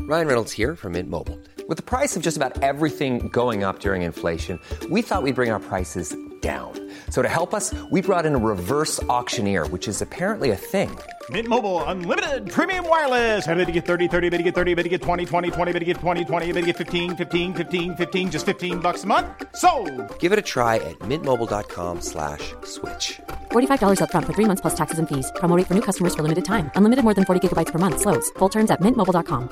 Ryan Reynolds here from Mint Mobile. With the price of just about everything going up during inflation, we thought we'd bring our prices down. So to help us, we brought in a reverse auctioneer, which is apparently a thing. Mint Mobile Unlimited Premium Wireless. How to get 30, 30, bit to get 30, bit to get 20, 20, 20, bit to get 20, 20, bit to get 15, 15, 15, 15, just $15 a month? Sold! Give it a try at mintmobile.com/switch. $45 up front for 3 months plus taxes and fees. Promo rate for new customers for limited time. Unlimited more than 40 gigabytes per month. Slows full terms at mintmobile.com.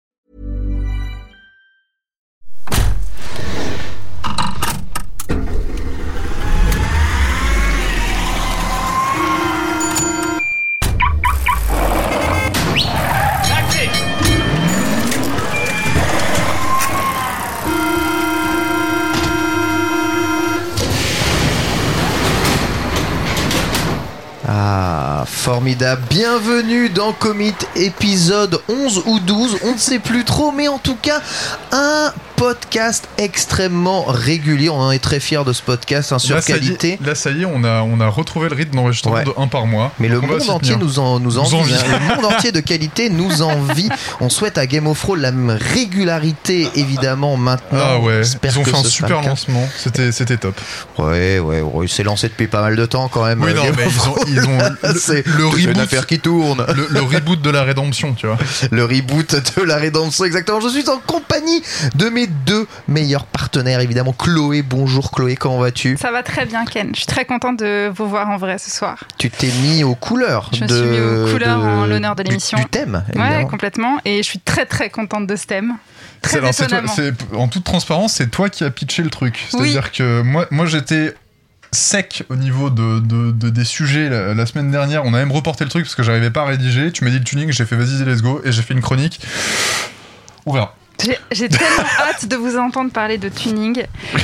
Ah, formidable. Bienvenue dans Commit, épisode 11 ou 12, on ne sait plus trop, mais en tout cas, un podcast extrêmement régulier. On en est très fiers de ce podcast, sur qualité. Ça y est, on a retrouvé le rythme d'enregistrement de 1 par mois. Mais le monde entier nous envie. Le monde entier de qualité nous envie. On souhaite à Game of Thrones la même régularité, évidemment, maintenant. Ah ouais, ils ont fait un super lancement. C'était top. Ouais, il s'est lancé depuis pas mal de temps quand même. Oui, non, mais ils ont le reboot. Une affaire qui tourne. Le reboot de la rédemption, tu vois. Le reboot de la rédemption, exactement. Je suis en compagnie de mes deux meilleurs partenaires, évidemment. Chloé, bonjour Chloé, comment vas-tu ? Ça va très bien Ken, je suis très contente de vous voir en vrai ce soir. Tu t'es mis aux couleurs. Je me suis mis aux couleurs en l'honneur de l'émission. Du thème, évidemment. Ouais, complètement, et je suis très très contente de ce thème. Très étonnamment. En toute transparence, c'est toi qui as pitché le truc. C'est-à-dire que moi j'étais sec au niveau des sujets la semaine dernière. On a même reporté le truc parce que j'arrivais pas à rédiger. Tu m'as dit le tuning, j'ai fait vas-y let's go et j'ai fait une chronique. On verra. J'ai tellement hâte de vous entendre parler de tuning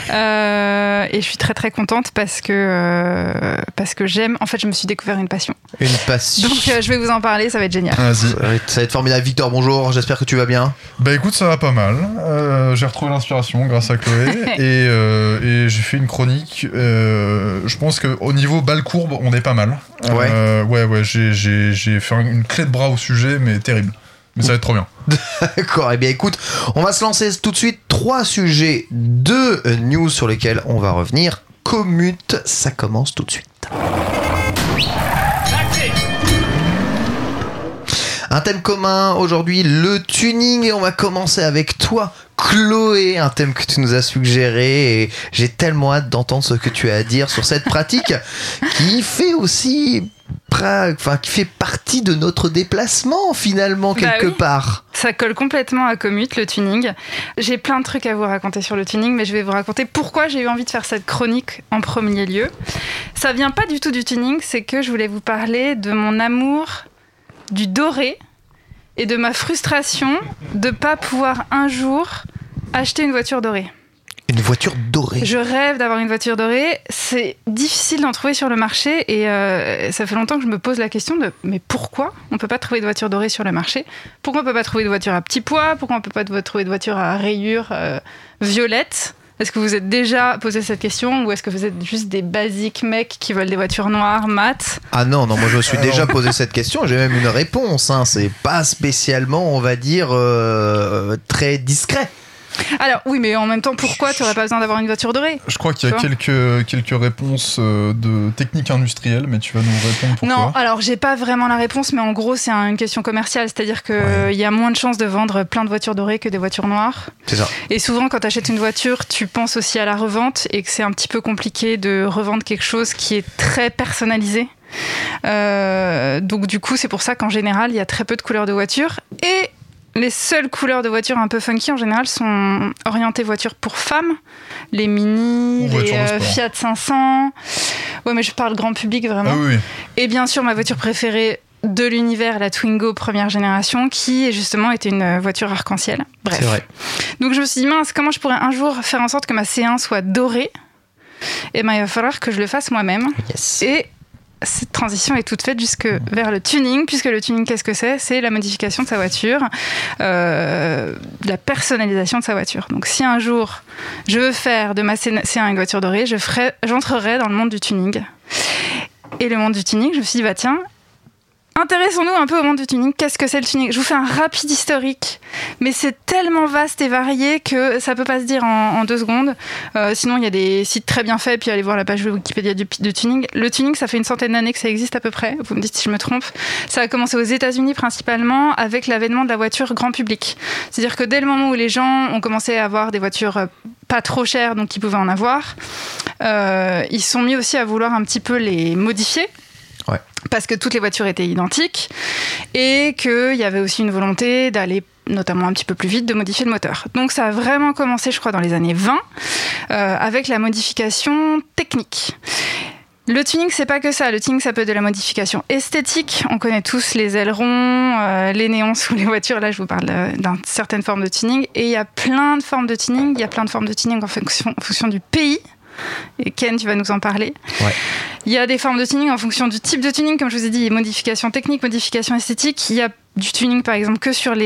et je suis très très contente parce que j'aime. En fait, je me suis découvert une passion. Une passion. Donc je vais vous en parler, ça va être génial. Vas-y. Ça va être formidable. Victor, bonjour. J'espère que tu vas bien. Bah écoute, ça va pas mal. J'ai retrouvé l'inspiration grâce à Chloé et j'ai fait une chronique. Je pense que au niveau balle courbe, on est pas mal. Ouais. J'ai fait une clé de bras au sujet, mais terrible. Mais ça va être trop bien. D'accord, eh bien écoute, on va se lancer tout de suite. 3 sujets, 2 news sur lesquels on va revenir. Commute, ça commence tout de suite. Un thème commun aujourd'hui, le tuning, et on va commencer avec toi, Chloé, un thème que tu nous as suggéré, et j'ai tellement hâte d'entendre ce que tu as à dire sur cette pratique qui fait aussi... qui fait partie de notre déplacement finalement quelque part. Ça colle complètement à Commute, le tuning. J'ai plein de trucs à vous raconter sur le tuning, mais je vais vous raconter pourquoi j'ai eu envie de faire cette chronique en premier lieu. Ça vient pas du tout du tuning, c'est que je voulais vous parler de mon amour du doré et de ma frustration de pas pouvoir un jour acheter une voiture dorée. Une voiture dorée. Je rêve d'avoir une voiture dorée. C'est difficile d'en trouver sur le marché et ça fait longtemps que je me pose la question de mais pourquoi on peut pas trouver de voiture dorée sur le marché ? Pourquoi on peut pas trouver de voiture à petit pois ? Pourquoi on peut pas trouver de voiture à rayures violettes ? Est-ce que vous êtes déjà posé cette question ou est-ce que vous êtes juste des basiques mecs qui veulent des voitures noires, mates ? Ah non, moi je me suis déjà posé cette question, j'ai même une réponse. C'est pas spécialement, on va dire, très discret. Alors oui, mais en même temps, pourquoi tu n'aurais pas besoin d'avoir une voiture dorée ? Je crois qu'il y a quelques réponses de techniques industrielles, mais tu vas nous répondre pourquoi. Non, alors j'ai pas vraiment la réponse, mais en gros c'est une question commerciale, c'est-à-dire qu'il y a moins de chances de vendre plein de voitures dorées que des voitures noires. C'est ça. Et souvent quand tu achètes une voiture, tu penses aussi à la revente et que c'est un petit peu compliqué de revendre quelque chose qui est très personnalisé. Donc du coup c'est pour ça qu'en général il y a très peu de couleurs de voitures et les seules couleurs de voitures un peu funky en général sont orientées voitures pour femmes, les Mini, les Fiat 500. Ouais, mais je parle grand public vraiment. Ah oui. Et bien sûr ma voiture préférée de l'univers, la Twingo première génération, qui justement était une voiture arc-en-ciel. Bref. C'est vrai. Donc je me suis dit mince, comment je pourrais un jour faire en sorte que ma C1 soit dorée ? Et ben il va falloir que je le fasse moi-même. Yes. Et cette transition est toute faite jusque vers le tuning, puisque le tuning, qu'est-ce que c'est ? C'est la modification de sa voiture, la personnalisation de sa voiture. Donc si un jour je veux faire de ma C1 une voiture dorée, j'entrerai dans le monde du tuning. Et le monde du tuning, je me suis dit, bah tiens, Intéressons-nous un peu au monde du tuning. Qu'est-ce que c'est le tuning ? Je vous fais un rapide historique, mais c'est tellement vaste et varié que ça peut pas se dire en 2 secondes. Sinon, il y a des sites très bien faits, puis allez voir la page Wikipédia de tuning. Le tuning, ça fait une centaine d'années que ça existe à peu près. Vous me dites si je me trompe. Ça a commencé aux États-Unis principalement avec l'avènement de la voiture grand public. C'est-à-dire que dès le moment où les gens ont commencé à avoir des voitures pas trop chères, donc ils pouvaient en avoir, ils sont mis aussi à vouloir un petit peu les modifier. Ouais. Parce que toutes les voitures étaient identiques et qu'il y avait aussi une volonté d'aller notamment un petit peu plus vite, de modifier le moteur. Donc ça a vraiment commencé, je crois, dans les années 20 avec la modification technique. Le tuning, c'est pas que ça. Le tuning, ça peut être de la modification esthétique. On connaît tous les ailerons, les néons sous les voitures. Là, je vous parle d'une certaine forme de tuning. Et il y a plein de formes de tuning. Il y a plein de formes de tuning en fonction du pays. Et Ken, tu vas nous en parler. Ouais. Il y a des formes de tuning en fonction du type de tuning, comme je vous ai dit, modification technique, modification esthétique. Il y a du tuning, par exemple, que sur tout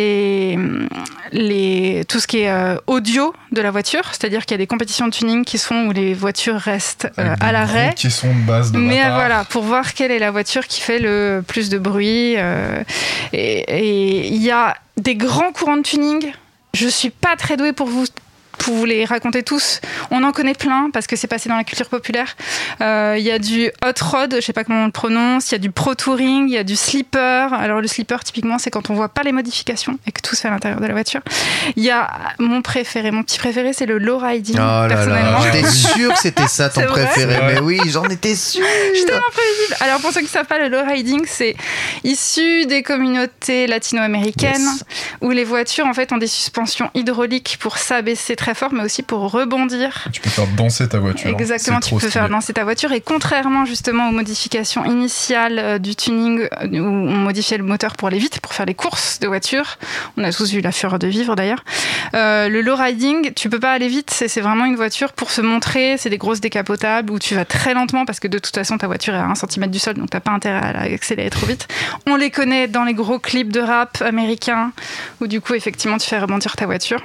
ce qui est audio de la voiture, c'est-à-dire qu'il y a des compétitions de tuning qui se font où les voitures restent à l'arrêt. Qui sont de base de mais voilà, pour voir quelle est la voiture qui fait le plus de bruit. Et il y a des grands courants de tuning. Je suis pas très douée pour vous les raconter tous. On en connaît plein parce que c'est passé dans la culture populaire. Il y a du hot rod, je sais pas comment on le prononce, il y a du pro touring, il y a du sleeper. Alors le sleeper, typiquement, c'est quand on voit pas les modifications et que tout se fait à l'intérieur de la voiture. Il y a mon petit préféré, c'est le low riding. Oh personnellement. J'étais sûre que c'était ça ton préféré, mais oui, j'en étais sûre. Je suis tellement prévisible. Alors pour ceux qui ne savent pas, le low riding, c'est issu des communautés latino-américaines où les voitures en fait ont des suspensions hydrauliques pour s'abaisser très fort, mais aussi pour rebondir. Tu peux faire danser ta voiture. Exactement, tu peux faire danser ta voiture. Et contrairement justement aux modifications initiales du tuning où on modifiait le moteur pour aller vite, pour faire les courses de voiture, on a tous eu la fureur de vivre d'ailleurs, le low riding, tu peux pas aller vite, c'est vraiment une voiture pour se montrer, c'est des grosses décapotables où tu vas très lentement parce que de toute façon ta voiture est à 1 cm du sol, donc t'as pas intérêt à accélérer trop vite. On les connaît dans les gros clips de rap américains où du coup effectivement tu fais rebondir ta voiture.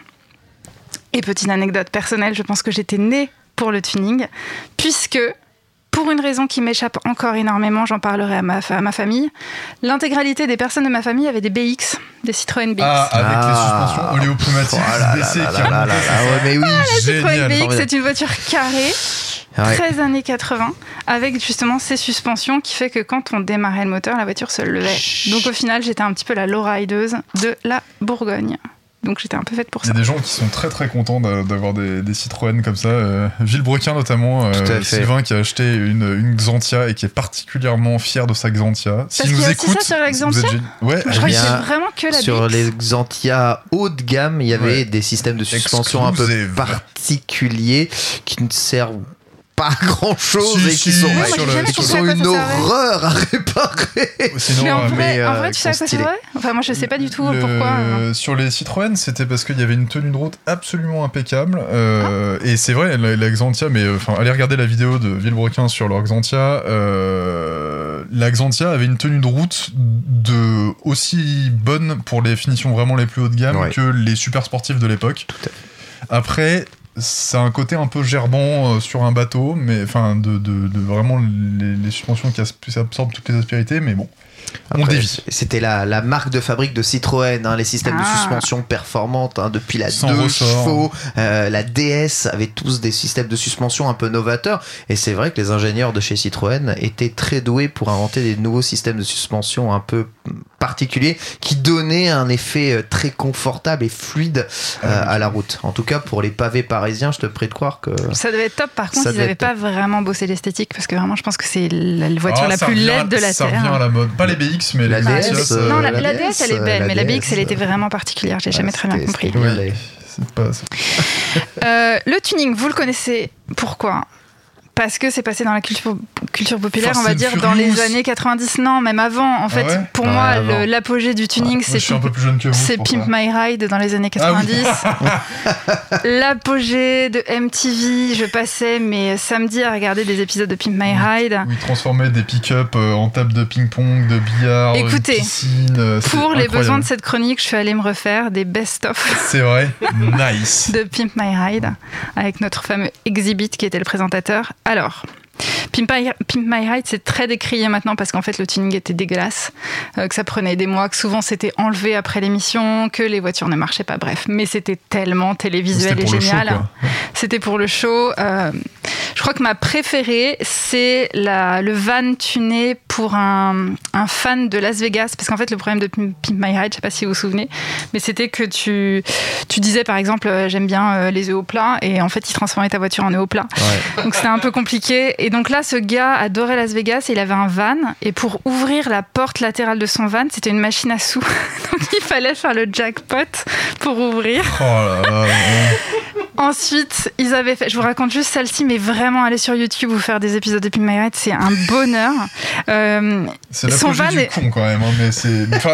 Et petite anecdote personnelle, je pense que j'étais née pour le tuning, puisque, pour une raison qui m'échappe encore énormément, j'en parlerai à ma famille, l'intégralité des personnes de ma famille avaient des BX, des Citroën BX. Ah, avec les suspensions oléopneumatiques baissées. Mais oui, la Citroën BX, c'est une voiture carrée, 13 années 80, avec justement ces suspensions qui fait que quand on démarrait le moteur, la voiture se levait. Donc au final, j'étais un petit peu la low-rideuse de la Bourgogne. Donc j'étais un peu faite pour ça. Il y a des gens qui sont très très contents d'avoir des Citroën comme ça. Villebrequin notamment, Sylvain qui a acheté une Xantia et qui est particulièrement fier de sa Xantia. Parce qu'il y a aussi ça sur la Xantia. Ouais, je crois que c'est vraiment que la sur BX. les Xantia haut de gamme, il y avait des systèmes de suspension un peu particuliers qui ne servent pas grand chose et qui sont une horreur à réparer. Sinon, en vrai, tu sais à quoi c'est vrai ? Enfin, moi, je sais pas du tout pourquoi. Sur les Citroën, c'était parce qu'il y avait une tenue de route absolument impeccable. Et c'est vrai, la Xantia, mais allez regarder la vidéo de Villebrequin sur leur Xantia. La Xantia avait une tenue de route aussi bonne pour les finitions vraiment les plus haut de gamme que les super sportifs de l'époque. Après, c'est un côté un peu gerbant sur un bateau, mais enfin de vraiment les suspensions qui absorbent toutes les aspérités, mais bon. Après, on dévie. C'était la marque de fabrique de Citroën, les systèmes de suspension performantes depuis la 2 chevaux. La DS avait tous des systèmes de suspension un peu novateurs. Et c'est vrai que les ingénieurs de chez Citroën étaient très doués pour inventer des nouveaux systèmes de suspension un peu particuliers qui donnaient un effet très confortable et fluide à la route. En tout cas, pour les pavés parisiens, je te prie de croire que... Ça devait être top. Par contre, ils n'avaient pas vraiment bossé l'esthétique parce que vraiment, je pense que c'est la voiture la plus laide de la Terre. Ça revient à la mode. Pas les BX, mais la DS. Non, la DS, elle est belle, mais la BX, elle était vraiment particulière. J'ai jamais très bien compris. Le tuning, vous le connaissez. Pourquoi ? Parce que c'est passé dans la culture populaire, on va dire, dans les années 90, non, même avant. En fait, pour moi, l'apogée du tuning, c'est Pimp My Ride dans les années 90. L'apogée de MTV, je passais mes samedis à regarder des épisodes de Pimp My Ride. Où ils transformaient des pick-up en table de ping-pong, de billard, écoutez, une piscine. Pour les besoins de cette chronique, je suis allée me refaire des best-of. C'est vrai, nice. De Pimp My Ride, avec notre fameux Exhibit qui était le présentateur. Alors, Pimp My Ride, c'est très décrié maintenant parce qu'en fait le tuning était dégueulasse, que ça prenait des mois, que souvent c'était enlevé après l'émission, que les voitures ne marchaient pas, bref. Mais c'était tellement télévisuel et génial. C'était pour le show. Je crois que ma préférée, c'est le van tuné pour un fan de Las Vegas, parce qu'en fait le problème de Pimp My Ride, je sais pas si vous vous souvenez, mais c'était que tu disais par exemple j'aime bien les œufs au plat, et en fait il transformait ta voiture en œufs au plat. Ouais. Donc c'était un peu compliqué. Et donc là, ce gars adorait Las Vegas et il avait un van, et pour ouvrir la porte latérale de son van, c'était une machine à sous. Donc il fallait faire le jackpot pour ouvrir. Oh là là. Ensuite, ils avaient fait, je vous raconte juste celle-ci, mais vraiment aller sur YouTube ou faire des épisodes de Pimp My Ride, c'est un bonheur. C'est l'apogée du con quand même, hein, mais c'est... Enfin,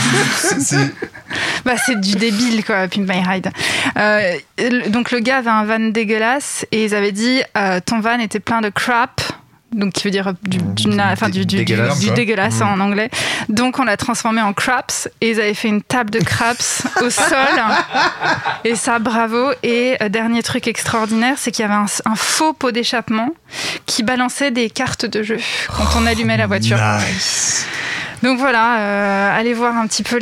c'est du débile, quoi, Pimp My Ride. Donc le gars avait un van dégueulasse et ils avaient dit ton van était plein de crap. Donc qui veut dire du dégueulasse en anglais. Donc on l'a transformé en craps et ils avaient fait une table de craps au sol. Et ça, bravo. Et dernier truc extraordinaire, c'est qu'il y avait un faux pot d'échappement qui balançait des cartes de jeu quand on allumait la voiture. Nice. Donc voilà, allez voir un petit peu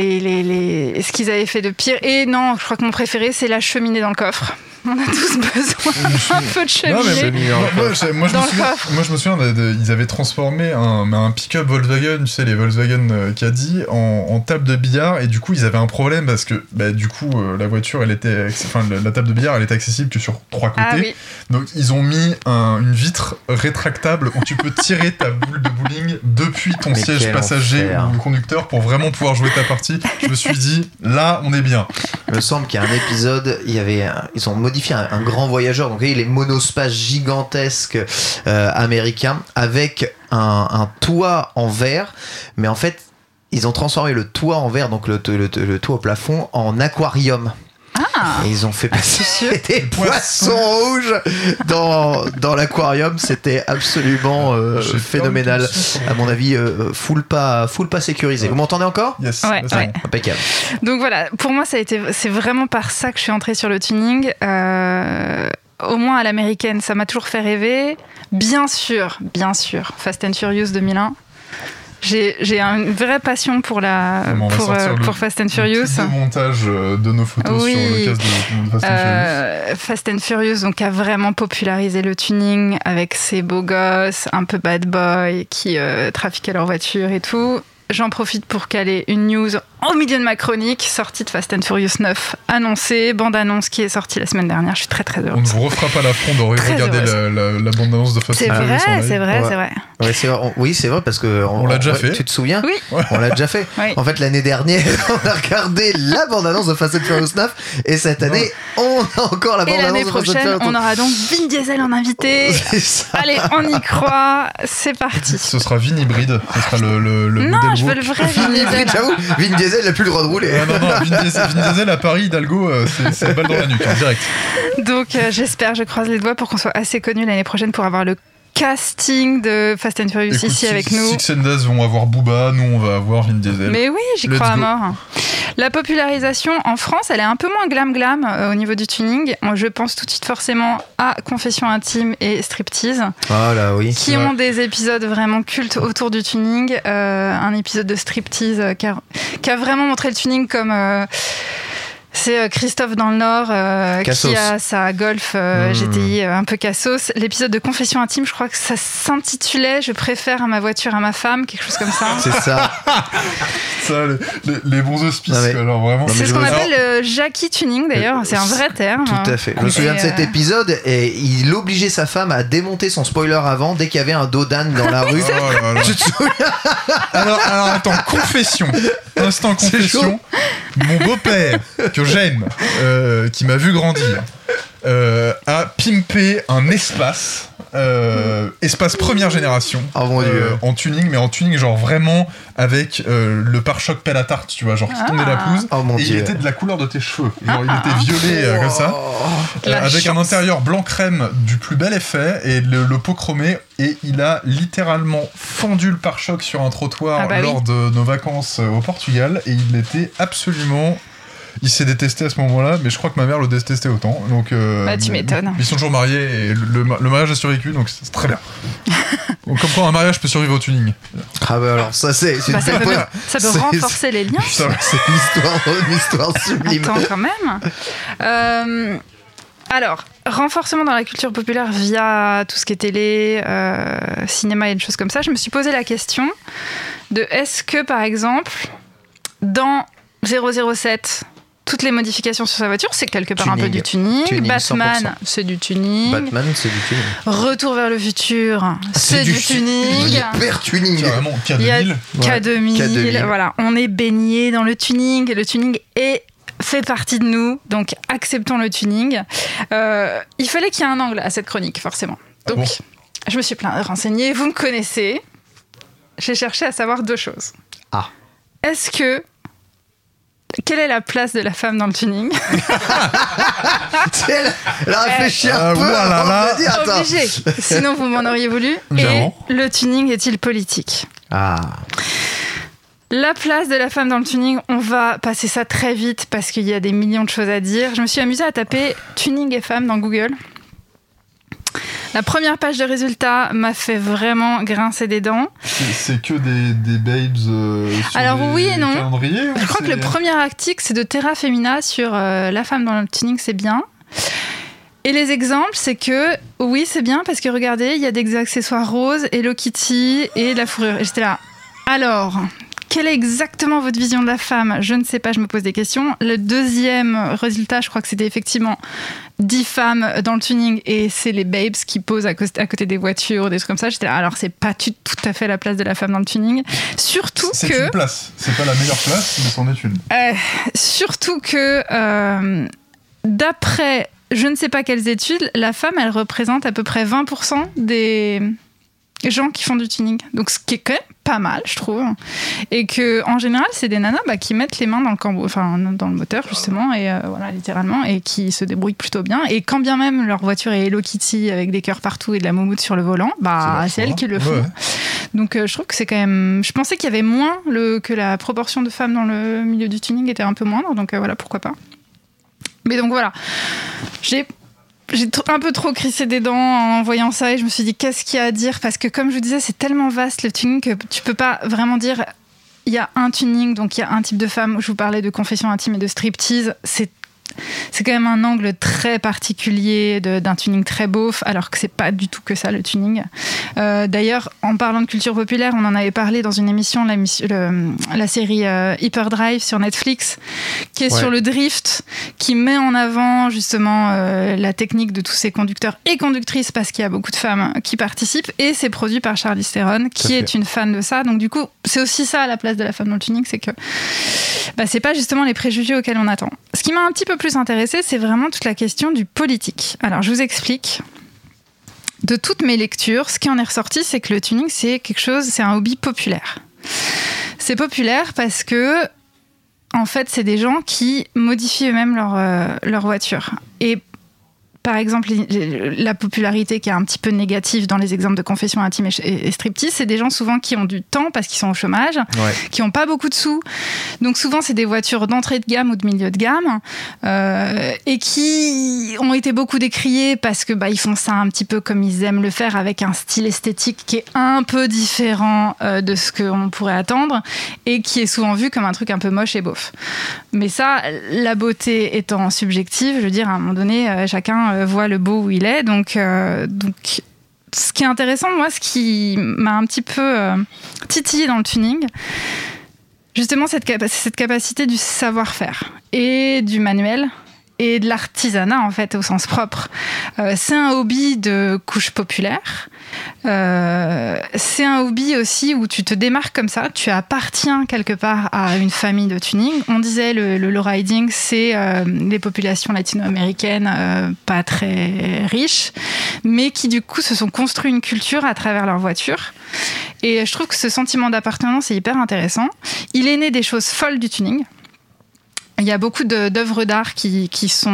ce qu'ils avaient fait de pire. Et non, je crois que mon préféré, c'est la cheminée dans le coffre. On a tous besoin d'un peu de cheminée. Moi, je me souviens, ils avaient transformé un pick-up Volkswagen, tu sais, les Volkswagen Caddy, en table de billard, et du coup, ils avaient un problème parce que, du coup, la voiture, la table de billard, elle était accessible que sur 3 côtés. Ah, oui. Donc, ils ont mis une vitre rétractable où tu peux tirer ta boule de bowling depuis ton siège passager ou conducteur pour vraiment pouvoir jouer ta partie. Je me suis dit, là, on est bien. Il me semble qu'il y a un épisode, ils ont modifié un grand voyageur, donc les monospaces gigantesques américains avec un toit en verre, mais en fait ils ont transformé le toit en verre, donc le toit au plafond, en aquarium. Et ils ont fait passer des poissons rouges dans l'aquarium. C'était absolument phénoménal. À mon avis, full pas sécurisé. Vous m'entendez encore ? Yes. Ouais. Impeccable. Donc voilà, pour moi, c'est vraiment par ça que je suis entrée sur le tuning. Au moins à l'américaine, ça m'a toujours fait rêver. Bien sûr, Fast and Furious 2001. J'ai une vraie passion pour Fast and Furious. Le montage de nos photos sur le casque de Fast and Furious. Fast and Furious, donc, a vraiment popularisé le tuning avec ces beaux gosses, un peu bad boy, qui trafiquaient leur voiture et tout. J'en profite pour caler une news au milieu de ma chronique, sortie de Fast and Furious 9, annoncée, bande-annonce qui est sortie la semaine dernière. Je suis très très heureuse. On ne vous refera pas l'affront de regarder la bande-annonce de Fast and Furious. C'est vrai. Ouais, c'est vrai parce que on l'a déjà fait. Tu te souviens ? Oui. On l'a déjà fait. Oui. En fait, l'année dernière, on a regardé la bande-annonce de Fast and Furious 9 et cette année, on a encore la bande-annonce de Fast and Furious 9. Et l'année prochaine, on aura donc Vin Diesel en invité. Allez, on y croit. C'est parti. Ce sera Vin hybride. Ce sera le modèle. Non, je veux le vrai Vin Diesel. J'avoue, Vin Diesel n'a plus le droit de rouler. Non, Vin Diesel à Paris, Hidalgo, c'est la balle dans la nuque, direct. Donc j'espère, je croise les doigts pour qu'on soit assez connus l'année prochaine pour avoir le casting de Fast and Furious ici avec nous. Six and Daz vont avoir Booba, nous on va avoir Vin Diesel. Mais oui, j'y crois à mort. La popularisation en France, elle est un peu moins glam au niveau du tuning. Je pense tout de suite forcément à Confession intime et Striptease, qui ont des épisodes vraiment cultes autour du tuning. Un épisode de Striptease qui a vraiment montré le tuning comme... C'est Christophe dans le Nord qui a sa Golf GTI un peu cassos. L'épisode de Confession intime, je crois que ça s'intitulait « Je préfère ma voiture à ma femme », quelque chose comme ça. C'est ça. Les bons auspices. Alors, vraiment. C'est ce qu'on appelle Jackie Tuning d'ailleurs, c'est un vrai terme. Tout à fait. Je me souviens de cet épisode et il obligeait sa femme à démonter son spoiler avant dès qu'il y avait un dos d'âne dans la rue. Tu te souviens ? Alors attends, confession. Instant confession. Mon beau-père, que j'aime, qui m'a vu grandir, a pimpé un espace première génération, en tuning, mais en tuning genre vraiment avec le pare-choc pelle à tarte, tu vois, genre qui tournait la pelouse, et il était de la couleur de tes cheveux, genre, il était violet comme ça, avec un intérieur blanc crème du plus bel effet et le pot chromé, et il a littéralement fendu le pare-choc sur un trottoir lors de nos vacances au Portugal, et il était absolument il s'est détesté à ce moment-là, mais je crois que ma mère le détestait autant. Donc, tu m'étonnes. Ils sont toujours mariés et le mariage a survécu, donc c'est très bien. Donc, comme quoi un mariage peut survivre au tuning. Ah bah alors ça c'est une ça peut renforcer les liens. C'est une histoire sublime. Attends quand même. Alors, renforcement dans la culture populaire via tout ce qui est télé, cinéma et des choses comme ça, je me suis posé la question de est-ce que, par exemple, dans 007, toutes les modifications sur sa voiture, c'est quelque part un peu du tuning. Batman, c'est du tuning. Retour vers le futur, c'est du tuning. Hyper tuning. Carrément, K2000. K2000. Voilà, on est baigné dans le tuning. Le tuning fait partie de nous, donc acceptons le tuning. Il fallait qu'il y ait un angle à cette chronique, forcément. Donc, je me suis renseignée. Vous me connaissez. J'ai cherché à savoir 2 choses. Quelle est la place de la femme dans le tuning? Elle a réfléchi un peu. Obligé. Sinon, vous m'en auriez voulu. Et le tuning est-il politique? La place de la femme dans le tuning, on va passer ça très vite parce qu'il y a des millions de choses à dire. Je me suis amusée à taper tuning et femmes dans Google. La première page de résultats m'a fait vraiment grincer des dents. C'est que des babes sur oui et non. Calendriers. Je crois que le premier article, c'est de Terra Femina sur la femme dans le tuning, c'est bien. Et les exemples, c'est que oui, c'est bien parce que regardez, il y a des accessoires roses, Hello Kitty et de la fourrure. Et j'étais là. Alors, quelle est exactement votre vision de la femme? Je ne sais pas, je me pose des questions. Le deuxième résultat, je crois que c'était effectivement 10 femmes dans le tuning et c'est les babes qui posent à côté des voitures, des trucs comme ça. J'étais là, alors c'est pas tout à fait la place de la femme dans le tuning. Surtout c'est une place, c'est pas la meilleure place, mais c'en est une. Surtout que d'après je ne sais pas quelles études, la femme, elle représente à peu près 20% des gens qui font du tuning. Donc, ce qui est quand même pas mal, je trouve. Et que, en général, c'est des nanas qui mettent les mains dans le moteur, justement, et voilà, littéralement, et qui se débrouillent plutôt bien. Et quand bien même leur voiture est Hello Kitty avec des cœurs partout et de la moumoute sur le volant, c'est elles qui le font. Ouais. Donc, je trouve que c'est quand même. Je pensais qu'il y avait moins que la proportion de femmes dans le milieu du tuning était un peu moindre. Donc, voilà, pourquoi pas. Mais donc, voilà. J'ai un peu trop crissé des dents en voyant ça et je me suis dit qu'est-ce qu'il y a à dire, parce que comme je vous disais, c'est tellement vaste le tuning que tu peux pas vraiment dire il y a un tuning, donc il y a un type de femme. Je vous parlais de confession intime et de striptease, c'est quand même un angle très particulier d'un tuning très beauf, alors que c'est pas du tout que ça le tuning. D'ailleurs, en parlant de culture populaire, on en avait parlé dans une émission, la série Hyperdrive sur Netflix, qui est sur le drift, qui met en avant justement la technique de tous ces conducteurs et conductrices, parce qu'il y a beaucoup de femmes qui participent, et c'est produit par Charlize Theron, qui est une fan de ça. Donc du coup, c'est aussi ça la place de la femme dans le tuning, c'est que c'est pas justement les préjugés auxquels on attend. Ce qui m'a un petit peu plus intéressée, c'est vraiment toute la question du politique. Alors, je vous explique. De toutes mes lectures, ce qui en est ressorti, c'est que le tuning, c'est un hobby populaire. C'est populaire parce que, en fait, c'est des gens qui modifient eux-mêmes leur voiture. Et par exemple, la popularité qui est un petit peu négative dans les exemples de confession intime et striptease, c'est des gens souvent qui ont du temps parce qu'ils sont au chômage, qui n'ont pas beaucoup de sous. Donc souvent, c'est des voitures d'entrée de gamme ou de milieu de gamme et qui ont été beaucoup décriées parce que ils font ça un petit peu comme ils aiment le faire, avec un style esthétique qui est un peu différent de ce qu'on pourrait attendre et qui est souvent vu comme un truc un peu moche et beauf. Mais ça, la beauté étant subjective, je veux dire, à un moment donné, chacun voit le beau où il est. Donc, ce qui est intéressant, moi, ce qui m'a un petit peu titillé dans le tuning, justement, cette capacité du savoir-faire et du manuel et de l'artisanat, en fait, au sens propre. C'est un hobby de couche populaire. C'est un hobby aussi où tu te démarques comme ça, tu appartiens quelque part à une famille de tuning. On disait le lowriding, c'est les populations latino-américaines pas très riches, mais qui du coup se sont construits une culture à travers leur voiture. Et je trouve que ce sentiment d'appartenance est hyper intéressant. Il est né des choses folles du tuning. Il y a beaucoup d'œuvres d'art qui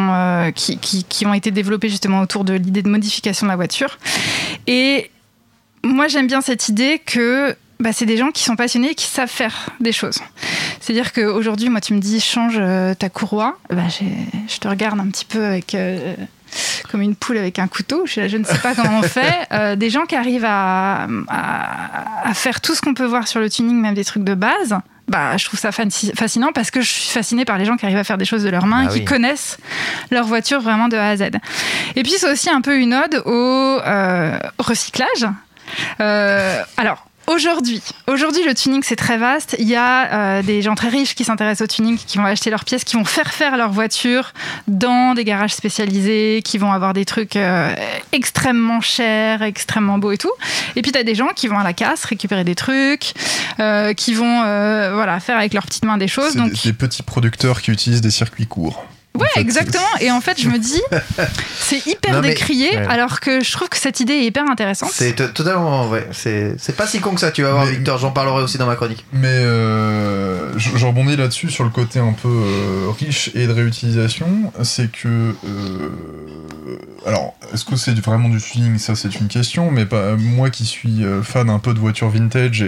ont été développées justement autour de l'idée de modification de la voiture. Et moi, j'aime bien cette idée que c'est des gens qui sont passionnés et qui savent faire des choses. C'est-à-dire qu'aujourd'hui, moi, tu me dis, change ta courroie. Je te regarde un petit peu avec... comme une poule avec un couteau, je ne sais pas comment on fait. Des gens qui arrivent à faire tout ce qu'on peut voir sur le tuning, même des trucs de base, je trouve ça fascinant parce que je suis fascinée par les gens qui arrivent à faire des choses de leurs mains et qui connaissent leur voiture vraiment de A à Z. Et puis, c'est aussi un peu une ode au recyclage. Alors, Aujourd'hui, le tuning, c'est très vaste. Il y a des gens très riches qui s'intéressent au tuning, qui vont acheter leurs pièces, qui vont faire leur voiture dans des garages spécialisés, qui vont avoir des trucs extrêmement chers, extrêmement beaux et tout. Et puis, tu as des gens qui vont à la casse récupérer des trucs, qui vont faire avec leurs petites mains des choses. C'est des petits producteurs qui utilisent des circuits courts. Ouais, en fait, exactement. Et en fait, je me dis, c'est hyper décrié, alors que je trouve que cette idée est hyper intéressante. C'est totalement vrai. C'est pas si con que ça, tu vas voir, Victor. J'en parlerai aussi dans ma chronique. Mais je rebondis là-dessus sur le côté un peu riche et de réutilisation. C'est que. Alors, est-ce que c'est vraiment du tuning ? Ça, c'est une question. Mais moi qui suis fan un peu de voitures vintage et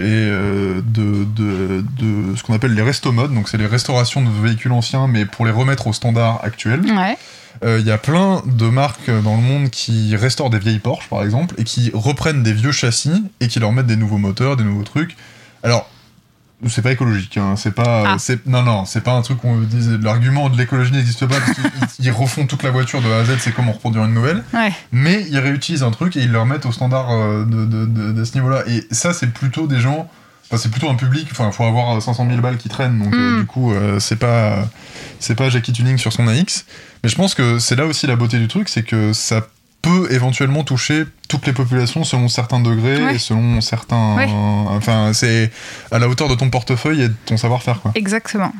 de ce qu'on appelle les resto-modes, donc c'est les restaurations de véhicules anciens, mais pour les remettre au standard actuel. Ouais. Y a plein de marques dans le monde qui restaurent des vieilles Porsche, par exemple, et qui reprennent des vieux châssis et qui leur mettent des nouveaux moteurs, des nouveaux trucs. Alors, c'est pas écologique, hein. C'est pas, non, c'est pas un truc où on dit l'argument de l'écologie n'existe pas parce qu'ils refont toute la voiture de A à Z, c'est comment reproduire une nouvelle. Ouais. Mais ils réutilisent un truc et ils le remettent au standard de ce niveau-là. Et ça, c'est plutôt des gens. C'est plutôt un public, il faut avoir 500 000 balles qui traînent, donc du coup, c'est pas Jackie Tuning sur son AX. Mais je pense que c'est là aussi la beauté du truc, c'est que ça peut éventuellement toucher toutes les populations selon certains degrés et selon certains... Ouais. Enfin, c'est à la hauteur de ton portefeuille et de ton savoir-faire, quoi. Exactement.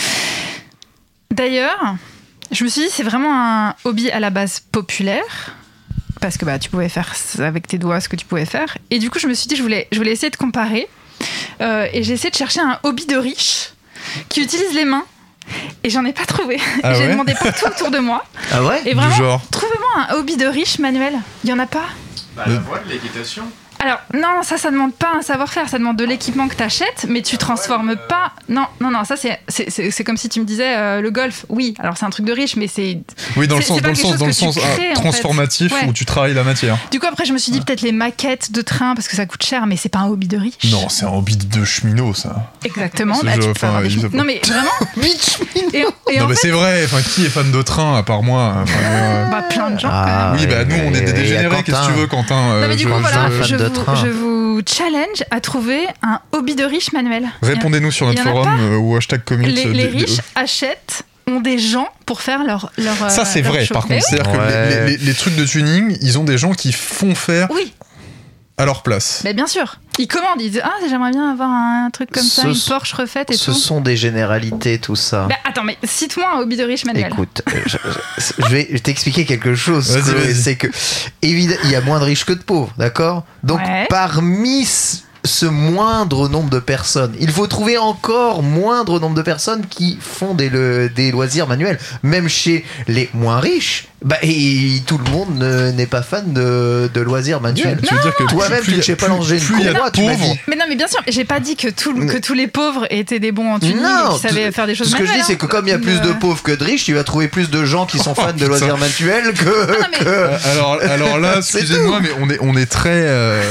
D'ailleurs, je me suis dit, c'est vraiment un hobby à la base populaire, parce que tu pouvais faire avec tes doigts ce que tu pouvais faire. Et du coup, je me suis dit, je voulais essayer de comparer. Et j'ai essayé de chercher un hobby de riche qui utilise les mains. Et j'en ai pas trouvé. J'ai demandé partout autour de moi. Ah ouais ? Et vraiment, du genre. trouvez-moi un hobby de riche manuel. Il y en a pas ? La voile, l'équitation. Alors, non, ça demande pas un savoir-faire, ça demande de l'équipement que t'achètes, mais tu transformes pas... Non, ça c'est comme si tu me disais le golf. Oui, alors c'est un truc de riche, mais c'est... Oui, dans le sens crées, transformatif, où tu travailles la matière. Du coup, après, je me suis dit peut-être les maquettes de train, parce que ça coûte cher, mais c'est pas un hobby de riche. Non, c'est un hobby de cheminot, ça. Exactement. Non, mais vraiment... Non, mais c'est vrai, c'est vrai, qui est fan de train, à part moi plein de gens, Oui, nous, on est des dégénérés, qu'est-ce que tu veux, Quentin ? Non, mais du coup, voilà, je vous challenge à trouver un hobby de riche manuel. Répondez-nous sur notre forum ou #commit. Les riches ont des gens pour faire leur ça, c'est vrai, show. par contre. C'est-à-dire que les trucs de tuning, ils ont des gens qui font faire à leur place. Mais bien sûr. Ils commandent, ils disent j'aimerais bien avoir un truc comme ça, une Porsche refaite et tout. Ce sont des généralités, tout ça. Attends, mais cite-moi un hobby de riche manuel. Écoute, je vais t'expliquer quelque chose. Vas-y. C'est que, évidemment, il y a moins de riches que de pauvres, d'accord ? Donc, parmi ce moindre nombre de personnes, il faut trouver encore moindre nombre de personnes qui font des loisirs manuels. Même chez les moins riches, tout le monde n'est pas fan de loisirs manuels. Tu veux dire que toi-même, tu ne sais pas langer une courroie, tu m'as dit. Mais non, mais bien sûr, j'ai pas dit que tous les pauvres étaient des bons en tuning et qui savaient faire des choses manuelles. Ce que je dis, c'est que comme il y a plus de pauvres que de riches, tu vas trouver plus de gens qui sont fans de loisirs manuels que... Alors là, excusez-moi, mais on est très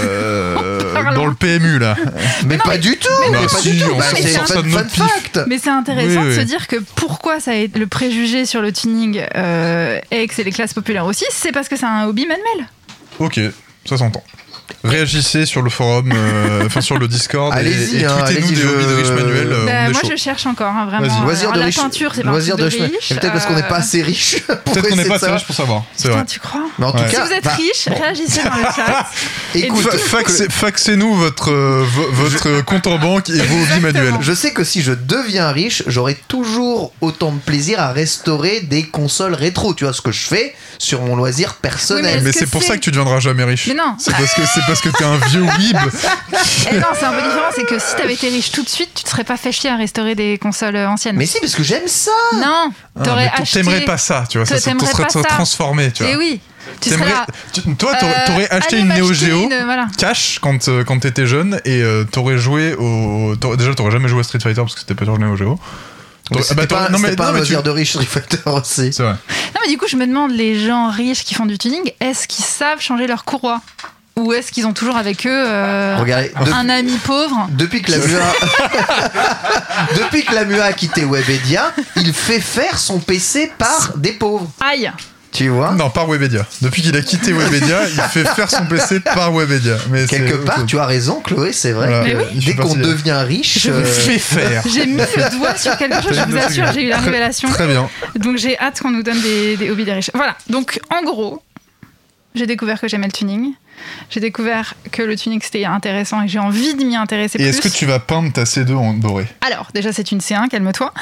dans le PMU là. Mais pas du tout. C'est un fun fact. Mais c'est intéressant de se dire que pourquoi ça est le préjugé sur le tuning et que c'est les classes populaires aussi, c'est parce que c'est un hobby manuel. Ok, ça s'entend. Réagissez sur le forum, sur le Discord, allez-y, et tweetez-nous des hobbies de riches manuels. Moi, je cherche encore, vraiment. Loisirs de la riche. peinture, c'est pas un truc de riche. Peut-être parce qu'on n'est pas assez riche. Peut-être qu'on n'est pas assez riche pour savoir. C'est vrai. Tu crois ? Mais en tout cas, si vous êtes riche, réagissez dans le chat. Écoute, faxez-nous votre compte en banque et vos hobbies manuels. Je sais que si je deviens riche, j'aurai toujours autant de plaisir à restaurer des consoles rétro. Tu vois ce que je fais sur mon loisir personnel. Mais c'est pour ça que tu deviendras jamais riche. Mais non. C'est parce que t'es un vieux weeb. Et non, c'est un peu différent. C'est que si t'avais été riche tout de suite, tu te serais pas fait chier à restaurer des consoles anciennes. Mais si, parce que j'aime ça. Non, t'aurais acheté. T'aimerais pas ça, tu vois. Ça te serait transformé, tu vois. Et oui. Toi, t'aurais acheté une Neo Geo cash quand t'étais jeune et t'aurais joué Déjà, t'aurais jamais joué à Street Fighter parce que c'était pas sur Neo Geo. C'était pas un loisir de riche Street Fighter aussi. C'est vrai. Non, mais du coup, je me demande, les gens riches qui font du tuning, est-ce qu'ils savent changer leur courroie ? Ou est-ce qu'ils ont toujours avec eux un ami pauvre ? Depuis que la MUA a quitté Webedia, il fait faire son PC par des pauvres. Aïe. Tu vois ? Non, par Webedia. Depuis qu'il a quitté Webedia, il fait faire son PC par Webedia. Mais quelque part, tu as raison, Chloé, c'est vrai. Voilà. Que dès qu'on devient riche, je fais faire. J'ai mis le doigt sur quelque chose, je vous assure, j'ai eu la révélation. Très bien. Donc j'ai hâte qu'on nous donne des hobbies des riches. Voilà, donc en gros, j'ai découvert que j'aimais le tuning. J'ai découvert que le tuning c'était intéressant et j'ai envie de m'y intéresser plus. Et est-ce que tu vas peindre ta C2 en doré ? Alors, déjà c'est une C1, calme-toi.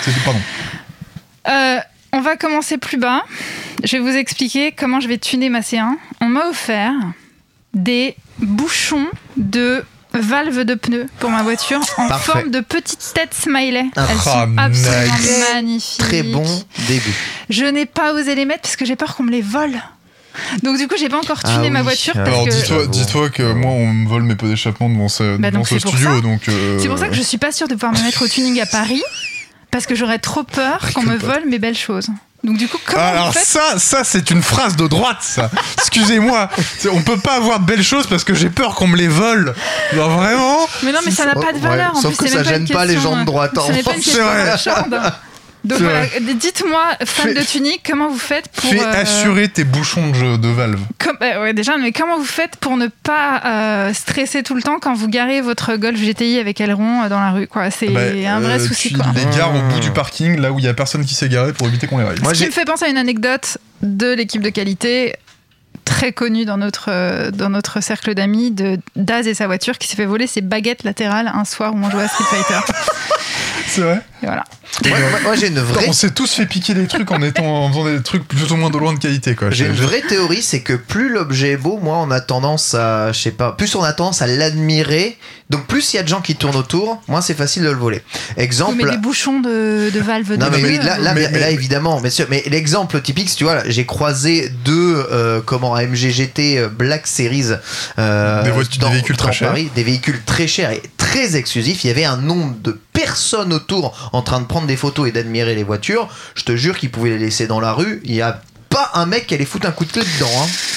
Pardon. On va commencer plus bas. Je vais vous expliquer comment je vais tuner ma C1. On m'a offert des bouchons de valves de pneus pour ma voiture en forme de petite tête smiley. Elles sont absolument magnifiques. Très bon début. Je n'ai pas osé les mettre parce que j'ai peur qu'on me les vole. Donc du coup, j'ai pas encore tuné ma voiture. Alors dis-toi que moi, on me vole mes pots d'échappement devant ce studio. Donc c'est pour ça que je suis pas sûre de pouvoir me mettre au tuning à Paris parce que j'aurais trop peur qu'on me vole mes belles choses. Donc du coup, comment vous faites ? ça c'est une phrase de droite, ça. Excusez-moi, on peut pas avoir de belles choses parce que j'ai peur qu'on me les vole. Genre vraiment. Mais non, mais ça n'a pas de valeur. Sauf que ça gêne pas les gens de droite. C'est vrai. Donc voilà, dites-moi, fan de tuning, comment vous faites pour... Fais assurer tes bouchons de valve. Ouais, déjà, mais comment vous faites pour ne pas stresser tout le temps quand vous garez votre Golf GTI avec aileron dans la rue, quoi ? C'est un vrai souci, quoi. Tu les gares au bout du parking, là où il y a personne qui s'est garé pour éviter qu'on les raye. Ce qui me fait penser à une anecdote de l'équipe de qualité très connue dans notre cercle d'amis, de Daz et sa voiture, qui s'est fait voler ses baguettes latérales un soir où on jouait à Street Fighter. C'est vrai ? Et voilà. Moi j'ai une vraie... On s'est tous fait piquer des trucs en faisant des trucs plus ou moins de loin de qualité, quoi. J'ai une vraie théorie, c'est que plus l'objet est beau, moins on a tendance à, plus on a tendance à l'admirer. Donc plus il y a de gens qui tournent autour, moins c'est facile de le voler. Exemple. Mais des bouchons de valve. Non mais oui, là évidemment, mais l'exemple typique, tu vois, j'ai croisé deux AMG GT Black Series des véhicules très chers. Paris, des véhicules très chers et très exclusifs. Il y avait un nombre de personnes autour en train de prendre des photos et d'admirer les voitures. Je te jure qu'ils pouvaient les laisser dans la rue. Il y a pas un mec qui allait foutre un coup de clé dedans.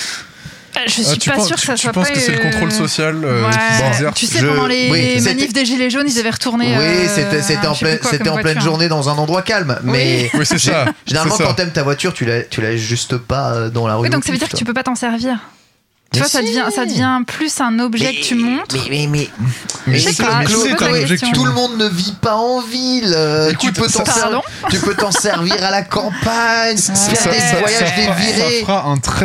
Je suis pas sûre que ça soit pas... Tu penses que c'est le contrôle social Tu sais, pendant les manifs des Gilets jaunes, ils avaient retourné... Oui, c'était en pleine journée dans un endroit calme. Mais oui, c'est ça. Généralement, quand t'aimes ta voiture, tu la juste pas dans la rue. Oui, donc ça veut dire que tu peux pas t'en servir. Tu vois, ça devient plus un objet que tu montres. Mais tout le monde ne vit pas en ville. Tu peux t'en servir à la campagne, faire des voyages dévirés. Ça fera un très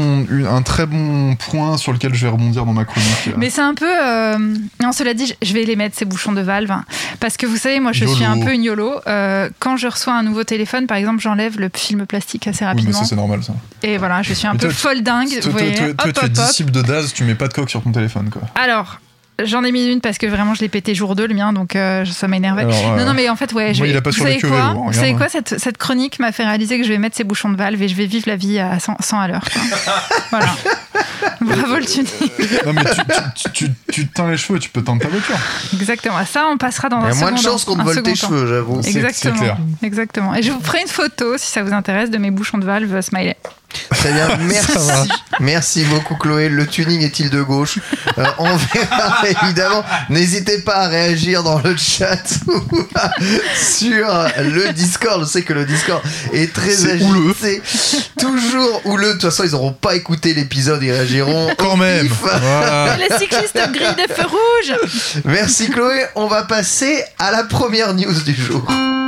bon point sur lequel je vais rebondir dans ma chronique. Mais c'est un peu... Non, cela dit, je vais les mettre, ces bouchons de valve. Parce que vous savez, moi, je suis un peu une YOLO. Quand je reçois un nouveau téléphone, par exemple, j'enlève le film plastique assez rapidement. Oui, mais ça, c'est normal, ça. Et voilà, je suis un peu folle dingue. Vous voyez, tu es disciple de Daz, tu mets pas de coque sur ton téléphone, quoi. Alors, j'en ai mis une parce que vraiment je l'ai pété jour 2 le mien, donc ça m'énervait. Non mais en fait il a pas sur les queues. Vous savez quoi, cette chronique m'a fait réaliser que je vais mettre ces bouchons de valve et je vais vivre la vie à 100 à l'heure. Voilà. Bravo le tuning. Non mais tu teins les cheveux et tu peux teindre ta voiture. Exactement. Ça on passera dans un second temps. Il y a moins de chances qu'on te vole tes cheveux, j'avoue. Exactement. C'est clair. Exactement. Et je vous ferai une photo si ça vous intéresse de mes bouchons de valve smiley. Très bien, merci beaucoup Chloé. Le tuning est-il de gauche ? On verra évidemment. N'hésitez pas à réagir dans le chat ou sur le Discord. Je sais que le Discord est très agité. Toujours houleux. De toute façon, ils n'auront pas écouté l'épisode, ils réagiront quand même. Voilà. Les cyclistes grillent des feux rouges. Merci Chloé. On va passer à la première news du jour.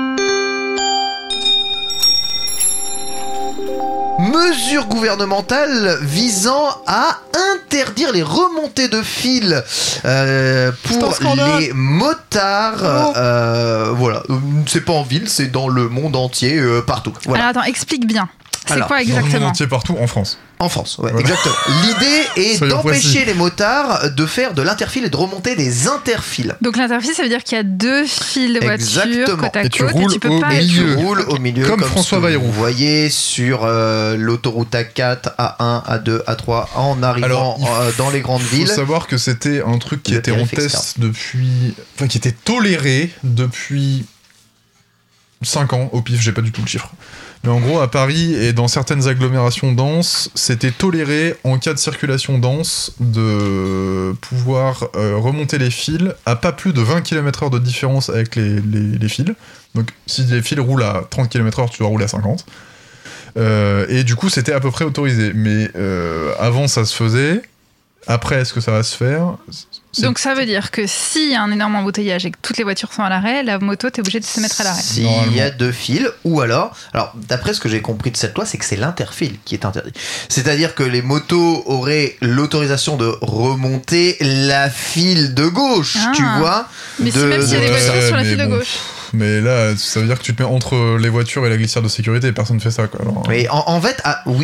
Mesure gouvernementale visant à interdire les remontées de fil pour les motards. Voilà, c'est pas en ville, c'est dans le monde entier, partout. Voilà. Alors attends, explique bien. C'est quoi exactement? Dans le monde entier, partout, en France. En France, ouais, voilà. Exactement. L'idée est d'empêcher les motards de faire de l'interfile et de remonter des interfiles. Donc l'interfile, ça veut dire qu'il y a 2 fils de voiture côte à côte, et tu roules au milieu, comme François Bayrou. Vous voyez sur l'autoroute A4, A1, A2, A3, en arrivant dans les grandes villes. Il faut savoir que c'était un truc qui était en test depuis... Enfin, qui était toléré depuis 5 ans, au pif, j'ai pas du tout le chiffre. Mais en gros, à Paris et dans certaines agglomérations denses, c'était toléré, en cas de circulation dense, de pouvoir remonter les fils à pas plus de 20 km/h de différence avec les fils. Donc, si les fils roulent à 30 km/h, tu dois rouler à 50. Et du coup, c'était à peu près autorisé. Mais avant, ça se faisait. Après, est-ce que ça va se faire ? Donc ça veut dire que s'il y a un énorme embouteillage et que toutes les voitures sont à l'arrêt, la moto, t'es obligé de se mettre à l'arrêt. S'il y a 2 fils, ou alors d'après ce que j'ai compris de cette loi, c'est que c'est l'interfile qui est interdit. C'est-à-dire que les motos auraient l'autorisation de remonter la file de gauche, tu vois. Mais même s'il y a des voitures sur la file de gauche. Mais là, ça veut dire que tu te mets entre les voitures et la glissière de sécurité et personne ne fait ça, quoi. Alors, mais en fait, oui,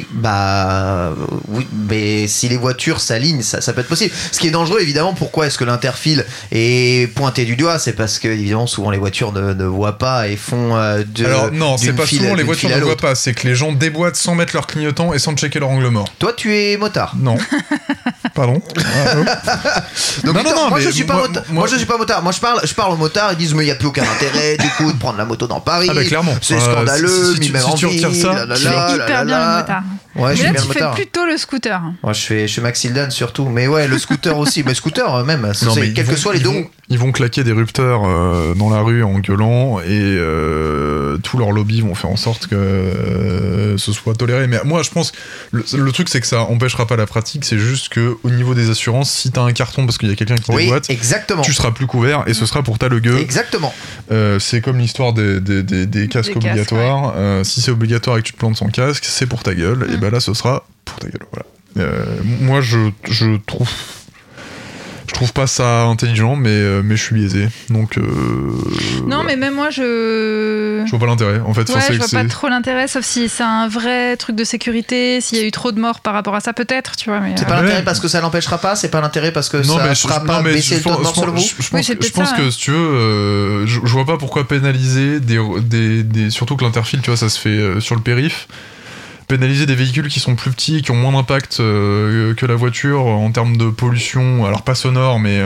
mais si les voitures s'alignent, ça peut être possible. Ce qui est dangereux, évidemment, pourquoi est-ce que l'interfile est pointé du doigt ? C'est parce que, évidemment, souvent les voitures ne voient pas et font Alors, non, c'est pas souvent les voitures ne voient pas, c'est que les gens déboîtent sans mettre leur clignotant et sans checker leur angle mort. Toi, tu es motard ? Non. Pardon. Donc, non, moi, je suis pas motard. Moi, je suis pas motard. Moi, je parle aux motards, ils disent, mais il n'y a plus aucun intérêt. Du coup, de prendre la moto dans Paris, clairement. C'est scandaleux, si tu retires ça, tu fais hyper bien le motard. Ouais, mais là, tu fais plutôt le scooter. Ouais, je fais Maxildan surtout, mais ouais, le scooter aussi. Mais scooter même, quels que soient les dons. Ils vont claquer des rupteurs dans la rue en gueulant et tous leurs lobbies vont faire en sorte que ce soit toléré. Mais moi, je pense que le truc, c'est que ça empêchera pas la pratique. C'est juste que au niveau des assurances, si t'as un carton parce qu'il y a quelqu'un qui déboîte, tu seras plus couvert et ce sera pour ta gueux. Exactement. C'est comme l'histoire des casques obligatoires. Ouais. Si c'est obligatoire et que tu te plantes sans casque, c'est pour ta gueule. Et ben là, ce sera pour ta gueule. Voilà. Moi, je trouve pas ça intelligent, mais je suis biaisé. Donc. Non, mais même moi, je vois pas l'intérêt. En fait, je vois pas trop l'intérêt, sauf si c'est un vrai truc de sécurité, s'il y a eu trop de morts par rapport à ça, peut-être, tu vois. Mais c'est pas l'intérêt parce que ça l'empêchera pas, c'est pas l'intérêt parce que ça fera pas baisser le taux de mort sur le mot. Je pense que si tu veux, je vois pas pourquoi pénaliser surtout que l'interfile, tu vois, ça se fait sur le périph'. Pénaliser des véhicules qui sont plus petits, qui ont moins d'impact que la voiture en termes de pollution, alors pas sonore, mais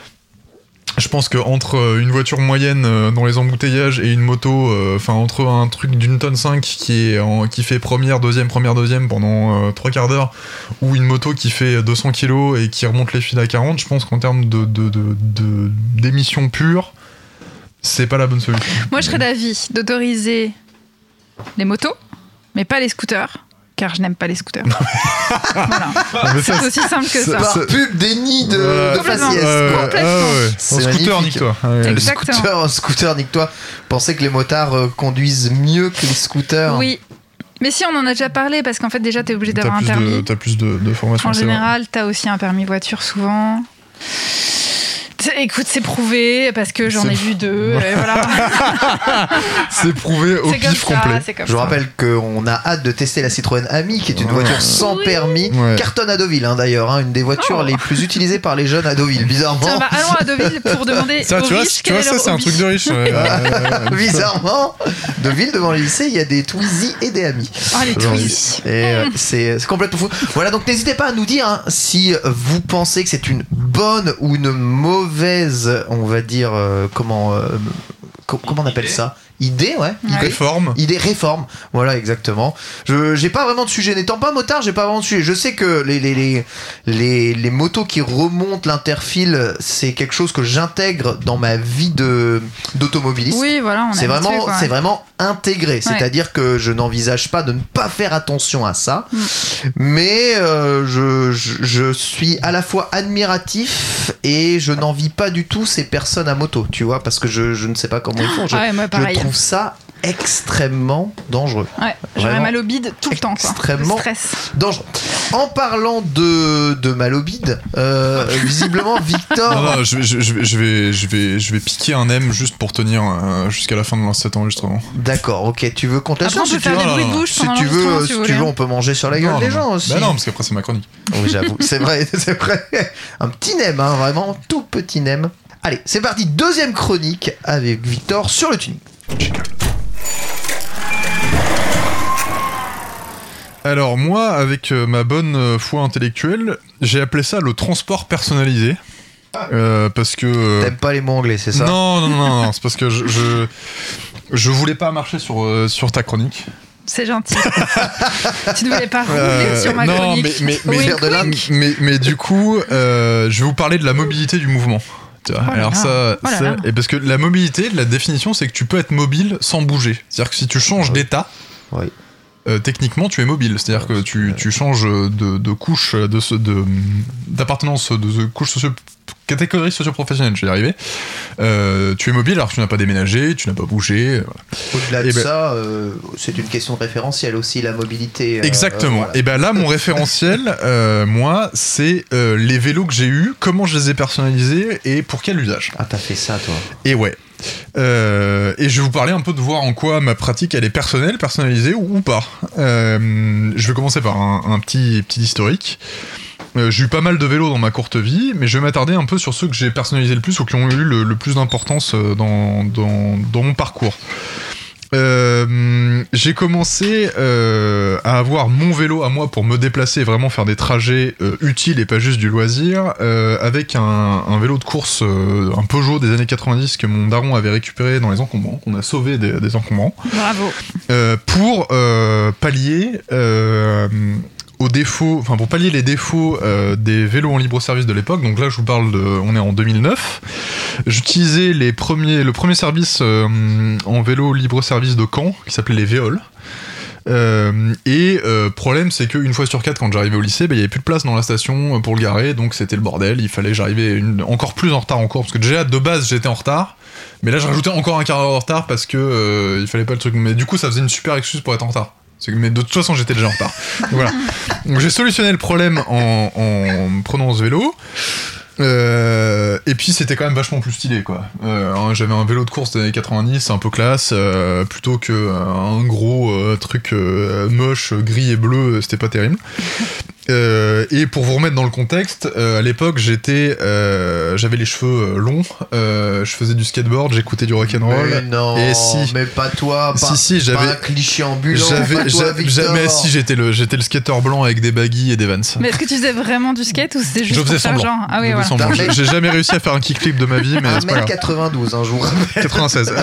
je pense qu'entre une voiture moyenne dans les embouteillages et une moto, entre un truc d'une tonne 5 qui fait première, deuxième pendant 3 quarts d'heure, ou une moto qui fait 200 kg et qui remonte les fils à 40, je pense qu'en termes d'émissions pures, c'est pas la bonne solution. Moi, je serais d'avis d'autoriser les motos, mais pas les scooters, car je n'aime pas les scooters. Voilà. C'est aussi simple que ça. Par pub déni de faciès. Complètement. Scooter, nique-toi. Exactement. Scooter, nique-toi. Pensez que les motards conduisent mieux que les scooters. Oui. Mais si, on en a déjà parlé, parce qu'en fait, déjà, t'es obligé d'avoir un permis. T'as plus de formation. En général, t'as aussi un permis voiture souvent. Écoute, c'est prouvé parce que j'en ai vu 2. Et voilà. C'est prouvé au pif complet. Je vous rappelle qu'on a hâte de tester la Citroën Ami, qui est une voiture sans permis. Ouais. Cartonne à Deauville, d'ailleurs, une des voitures les plus utilisées par les jeunes à Deauville, bizarrement. Tiens, allons à Deauville pour demander aux riches quel est leur hobby. C'est un truc de riche. Bizarrement, Deauville, devant les lycées, il y a des Twizy et des Amis. Les Twizy. Et c'est complètement fou. Voilà, donc n'hésitez pas à nous dire si vous pensez que c'est une bonne ou une mauvaise, on va dire, comment on appelle ça ? Idée, ouais. Réforme. Voilà, exactement. J'ai pas vraiment de sujet. N'étant pas motard, j'ai pas vraiment de sujet. Je sais que les motos qui remontent l'interfile, c'est quelque chose que j'intègre dans ma vie d'automobiliste. Oui, voilà, c'est vraiment intégré. Ouais. C'est-à-dire que je n'envisage pas de ne pas faire attention à ça. Mais je suis à la fois admiratif et je n'envie pas du tout ces personnes à moto, tu vois, parce que je ne sais pas comment ils font. Je trouve ça extrêmement dangereux. Ouais, j'aurais mal au bide tout le temps. Extrêmement dangereux. En parlant de mal au bide, visiblement Victor... Non, je vais piquer un M juste pour tenir jusqu'à la fin de cet enregistrement. D'accord, ok. Tu veux qu'on te laisse si tu veux, si tu veux, on peut manger sur la gueule des gens aussi. Bah non, parce qu'après c'est ma chronique. Oui, j'avoue, c'est vrai. Un petit nem, hein, vraiment tout petit nem. Allez, c'est parti, deuxième chronique avec Victor sur le tuning. Alors moi, avec ma bonne foi intellectuelle, j'ai appelé ça le transport personnalisé. Parce que... T'aimes pas les mots anglais, c'est ça ? Non, c'est parce que je voulais pas marcher sur ta chronique. C'est gentil. Tu ne voulais pas rouler sur ma chronique. Mais du coup, je vais vous parler de la mobilité du mouvement. Alors et parce que la mobilité, la définition, c'est que tu peux être mobile sans bouger. C'est-à-dire que si tu changes d'état, techniquement, tu es mobile. C'est-à-dire que tu changes de couche, d'appartenance, de couche catégorie socio-professionnelle, je vais y arriver. Tu es mobile alors que tu n'as pas déménagé, tu n'as pas bougé. Voilà. Au-delà de ça, c'est une question référentielle aussi, la mobilité. Exactement. Voilà. Et ben là, mon référentiel, moi, c'est les vélos que j'ai eus, comment je les ai personnalisés et pour quel usage. Ah, t'as fait ça, toi. Et ouais. Et je vais vous parler un peu de voir en quoi ma pratique elle est personnelle, personnalisée ou pas. Je vais commencer par un petit historique. J'ai eu pas mal de vélos dans ma courte vie, mais je vais m'attarder un peu sur ceux que j'ai personnalisés le plus ou qui ont eu le plus d'importance dans mon parcours. J'ai commencé à avoir mon vélo à moi pour me déplacer et vraiment faire des trajets utiles et pas juste du loisir, avec un vélo de course, un Peugeot des années 90 que mon daron avait récupéré dans les encombrants, qu'on a sauvé des encombrants. Bravo. Pour pallier pour pallier les défauts des vélos en libre-service de l'époque. Donc là, je vous parle on est en 2009. J'utilisais le premier service en vélo libre-service de Caen, qui s'appelait les Véoles. Problème, c'est qu'une fois sur 4, quand j'arrivais au lycée, il y avait plus de place dans la station pour le garer, donc c'était le bordel. Il fallait que j'arrivais encore plus en retard en cours, parce que déjà de base j'étais en retard, mais là je rajoutais encore un quart d'heure de retard parce que il fallait pas le truc. Mais du coup, ça faisait une super excuse pour être en retard. Mais de toute façon, j'étais déjà en retard. Voilà. Donc j'ai solutionné le problème en prenant ce vélo. Et puis c'était quand même vachement plus stylé, quoi. J'avais un vélo de course des années 90, un peu classe, plutôt que un gros truc moche, gris et bleu, c'était pas terrible. Et pour vous remettre dans le contexte, à l'époque j'avais les cheveux longs, je faisais du skateboard, j'écoutais du rock'n'roll. Mais non, et si, mais pas toi, j'avais pas un cliché ambulant, pas toi, Victor. Mais si, j'étais le skateur blanc avec des baggy et des Vans. Mais est-ce que tu faisais vraiment du skate ou c'était juste pour faire genre? Ah oui, voilà. J'ai jamais réussi à faire un kickflip de ma vie, mais c'est pas grave. 1m92, un jour. 96.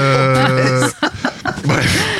Bref.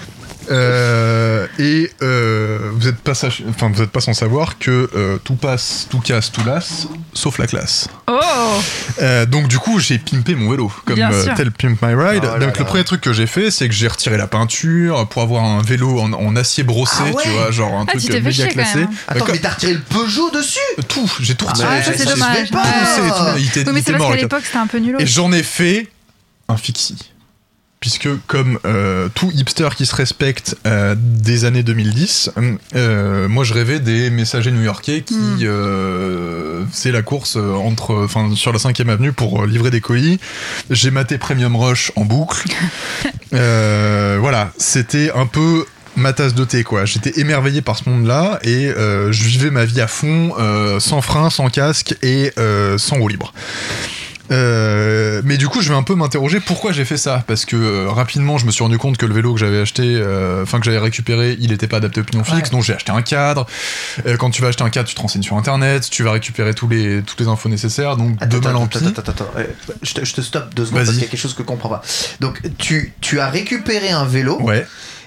Vous êtes pas sans savoir que tout passe, tout casse, tout lasse, sauf la classe. Oh. Donc du coup, j'ai pimpé mon vélo, comme tel Pimp My Ride. Le premier truc que j'ai fait, c'est que j'ai retiré la peinture pour avoir un vélo en acier brossé, tu vois, genre un truc méga classé. Attends, mais t'as retiré le Peugeot dessus ? Tout, j'ai tout retiré. C'est dommage. Il était mais c'est parce mort, qu'à l'époque, c'était un peu nul. Et j'en ai fait un fixie. Puisque comme tout hipster qui se respecte des années 2010, moi je rêvais des messagers new-yorkais qui faisaient la course sur la 5ème avenue pour livrer des colis. J'ai maté Premium Rush en boucle. Voilà, c'était un peu ma tasse de thé, quoi. J'étais émerveillé par ce monde-là et je vivais ma vie à fond, sans frein, sans casque et sans roue libre. Mais du coup je vais un peu m'interroger pourquoi j'ai fait ça, parce que rapidement je me suis rendu compte que le vélo que j'avais acheté, que j'avais récupéré, il était pas adapté au pignon fixe, donc j'ai acheté un cadre. Quand tu vas acheter un cadre, tu te renseignes sur internet, tu vas récupérer toutes les infos nécessaires, donc de mal en pis. Attends, je te stoppe 2 secondes. Vas-y. Parce qu'il y a quelque chose que je comprends pas. Donc tu as récupéré un vélo. Ouais.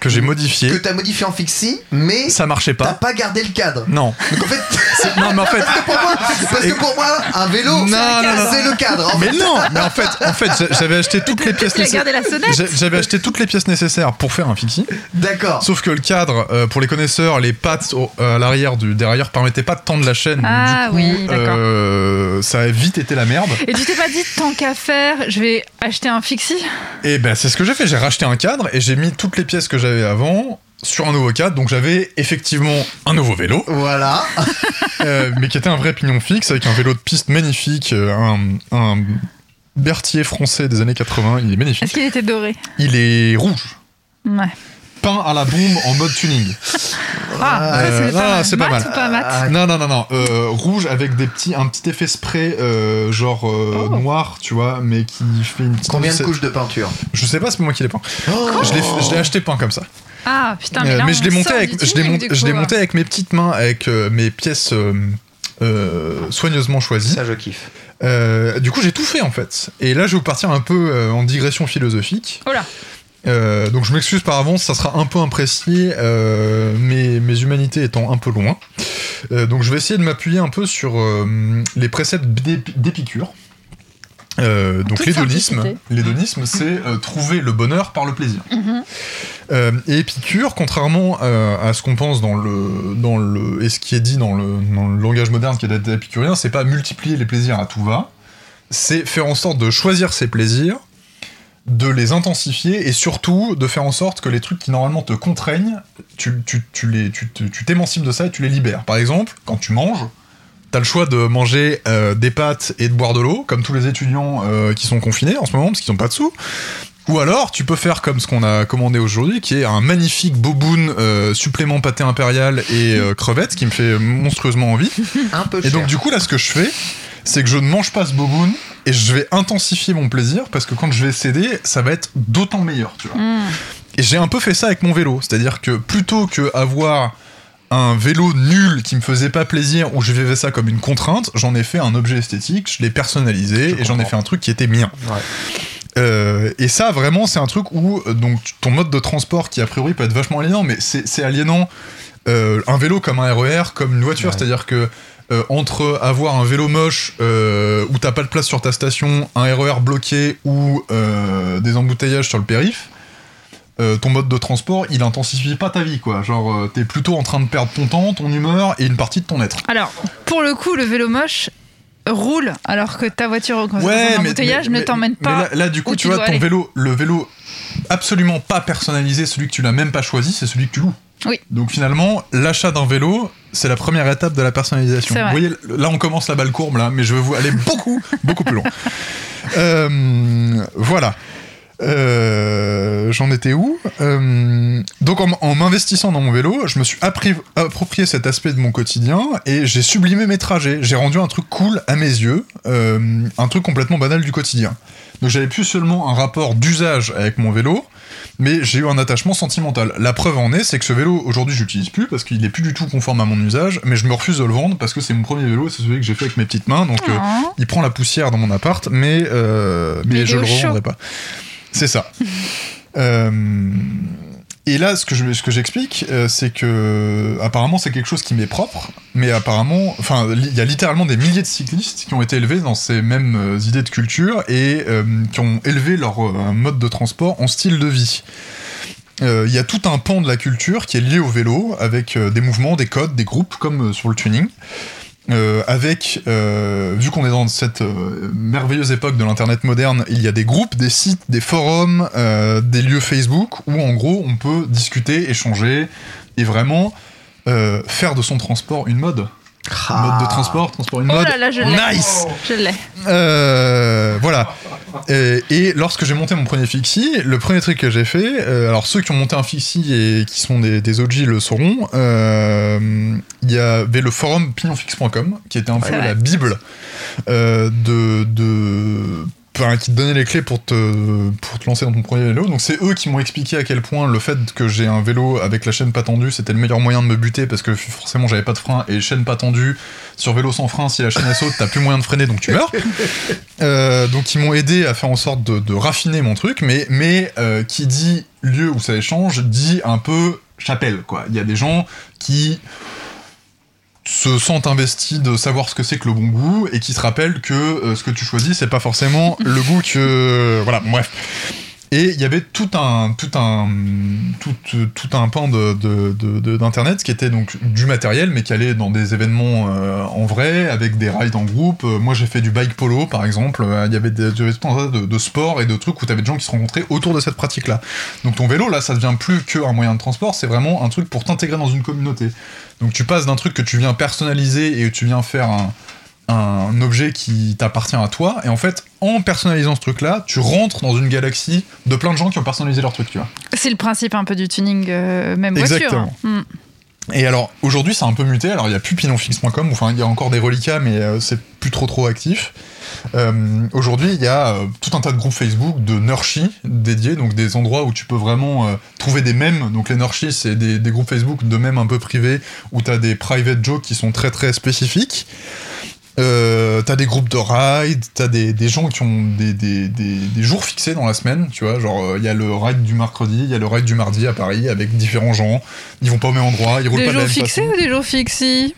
que j'ai modifié. Que t'as modifié en fixie, mais ça marchait pas. T'as pas gardé le cadre. Non. Donc en fait, non mais en fait, parce que pour moi, un vélo, c'est le cadre. Mais non, mais en fait, j'avais acheté toutes les pièces nécessaires. J'avais acheté toutes les pièces nécessaires pour faire un fixie. D'accord. Sauf que le cadre, pour les connaisseurs, les pattes à l'arrière du derrière permettaient pas de tendre la chaîne. Ah du coup, oui, d'accord. Ça a vite été la merde. Et tu t'es pas dit tant qu'à faire, je vais acheter un fixie? Et ben c'est ce que j'ai fait. J'ai racheté un cadre et j'ai mis toutes les pièces que j'avais avant sur un nouveau cadre, donc j'avais effectivement un nouveau vélo. Voilà. Mais qui était un vrai pignon fixe avec un vélo de piste magnifique, un Berthier français des années 80, il est magnifique. Est-ce qu'il était doré? Il est rouge. Ouais. Peint à la bombe en mode tuning. C'est pas mal. Ou pas mat? Non. Rouge avec un petit effet spray noir, tu vois, mais qui fait une petite... Combien de couches de peinture? Je sais pas, c'est moi qui l'ai peint. Je l'ai acheté peint comme ça. Ah putain, mais là mais je l'ai monté avec mes petites mains, avec mes pièces soigneusement choisies. Ça, je kiffe. Du coup, j'ai tout fait en fait. Et là, je vais vous partir un peu en digression philosophique. Oh là. Donc je m'excuse par avance, ça sera un peu imprécis, mes humanités étant un peu loin. Donc je vais essayer de m'appuyer un peu sur les préceptes d'Épicure. Donc l'hédonisme, c'est trouver le bonheur par le plaisir. Et Épicure, contrairement à ce qu'on pense et ce qui est dit dans le langage moderne qui est d'épicurien, c'est pas multiplier les plaisirs à tout va, c'est faire en sorte de choisir ses plaisirs, de les intensifier et surtout de faire en sorte que les trucs qui normalement te contraignent, tu t'émancipes de ça et tu les libères. Par exemple, quand tu manges, t'as le choix de manger des pâtes et de boire de l'eau, comme tous les étudiants qui sont confinés en ce moment parce qu'ils n'ont pas de sous. Ou alors, tu peux faire comme ce qu'on a commandé aujourd'hui, qui est un magnifique boboon supplément pâté impérial et crevettes, qui me fait monstrueusement envie. Un peu et cher. donc du coup, là, ce que je fais, c'est que je ne mange pas ce boboon et je vais intensifier mon plaisir parce que quand je vais céder, ça va être d'autant meilleur, tu vois. Et j'ai un peu fait ça avec mon vélo, c'est-à-dire que plutôt que avoir un vélo nul qui me faisait pas plaisir où je vivais ça comme une contrainte, j'en ai fait un objet esthétique, je l'ai personnalisé et j'en ai fait un truc qui était mien. Ouais. Et ça vraiment c'est un truc où donc ton mode de transport qui a priori peut être vachement aliénant, mais c'est aliénant un vélo comme un RER, comme une voiture, ouais. C'est-à-dire que entre avoir un vélo moche où t'as pas de place sur ta station, un RER bloqué ou des embouteillages sur le périph', ton mode de transport, il intensifie pas ta vie, quoi. Genre, t'es plutôt en train de perdre ton temps, ton humeur et une partie de ton être. Alors, pour le coup, le vélo moche roule, alors que ta voiture, quand c'est un embouteillage, ne t'emmène pas. Mais là, du coup, tu vois, le vélo absolument pas personnalisé, celui que tu l'as même pas choisi, c'est celui que tu loues. Oui. Donc finalement, l'achat d'un vélo, c'est la première étape de la personnalisation. Vous voyez, là, on commence la balle courbe, là, mais je vais vous aller beaucoup, beaucoup plus loin. Voilà. J'en étais où donc en m'investissant dans mon vélo, je me suis approprié cet aspect de mon quotidien et j'ai sublimé mes trajets. J'ai rendu un truc cool à mes yeux, un truc complètement banal du quotidien. Donc j'avais plus seulement un rapport d'usage avec mon vélo, mais j'ai eu un attachement sentimental. La preuve en est, c'est que ce vélo, aujourd'hui, je l'utilise plus parce qu'il est plus du tout conforme à mon usage, mais je me refuse de le vendre parce que c'est mon premier vélo et c'est celui que j'ai fait avec mes petites mains, donc il prend la poussière dans mon appart, mais je le revendrai pas. C'est ça. Et là, ce que j'explique, c'est que apparemment c'est quelque chose qui m'est propre, mais apparemment, enfin, il y a littéralement des milliers de cyclistes qui ont été élevés dans ces mêmes idées de culture et qui ont élevé leur mode de transport en style de vie. Il y a tout un pan de la culture qui est lié au vélo, avec des mouvements, des codes, des groupes, comme sur le tuning. Vu qu'on est dans cette merveilleuse époque de l'internet moderne, il y a des groupes, des sites, des forums, des lieux Facebook où en gros on peut discuter, échanger et vraiment faire de son transport une mode. Mode de transport une mode. Oh là là, je l'ai. Nice. Je l'ai. Voilà. Et lorsque j'ai monté mon premier fixie, le premier truc que j'ai fait, alors ceux qui ont monté un fixie et qui sont des OG le sauront, il y avait le forum pignonfixe.com qui était un peu la bible de qui te donnaient les clés pour te lancer dans ton premier vélo. Donc c'est eux qui m'ont expliqué à quel point le fait que j'ai un vélo avec la chaîne pas tendue, c'était le meilleur moyen de me buter, parce que forcément j'avais pas de frein, et chaîne pas tendue sur vélo sans frein, si la chaîne elle saute, t'as plus moyen de freiner, donc tu meurs. Donc ils m'ont aidé à faire en sorte de raffiner mon truc, mais qui dit lieu où ça échange dit un peu chapelle, quoi. Il y a des gens qui se sentent investis de savoir ce que c'est que le bon goût, et qui se rappellent que ce que tu choisis, c'est pas forcément le goût que... Voilà, bref. Et il y avait tout un pan d'internet qui était donc du matériel, mais qui allait dans des événements en vrai, avec des rides en groupe. Moi j'ai fait du bike polo par exemple. Il y avait tout un tas de sports et de trucs où t'avais des gens qui se rencontraient autour de cette pratique là. Donc ton vélo là, ça devient plus qu'un moyen de transport, c'est vraiment un truc pour t'intégrer dans une communauté. Donc tu passes d'un truc que tu viens personnaliser et où tu viens faire un objet qui t'appartient à toi, et en fait en personnalisant ce truc là tu rentres dans une galaxie de plein de gens qui ont personnalisé leur truc, tu vois. C'est le principe un peu du tuning même exactement. Voiture. Et alors aujourd'hui c'est un peu muté, alors il n'y a plus pilonfixe.com, enfin il y a encore des reliquats mais c'est plus trop actif. Aujourd'hui il y a tout un tas de groupes Facebook de Nurshi dédiés, donc des endroits où tu peux vraiment trouver des mèmes. Donc les Nurshi c'est des groupes Facebook de mèmes un peu privés où t'as des private jokes qui sont très spécifiques. T'as des groupes de ride, t'as des gens qui ont des jours fixés dans la semaine, tu vois, genre il y a le ride du mercredi, il y a le ride du mardi à Paris avec différents gens, ils vont pas au même endroit, ils roulent pas de la même façon. Des jours fixés ou des jours fixés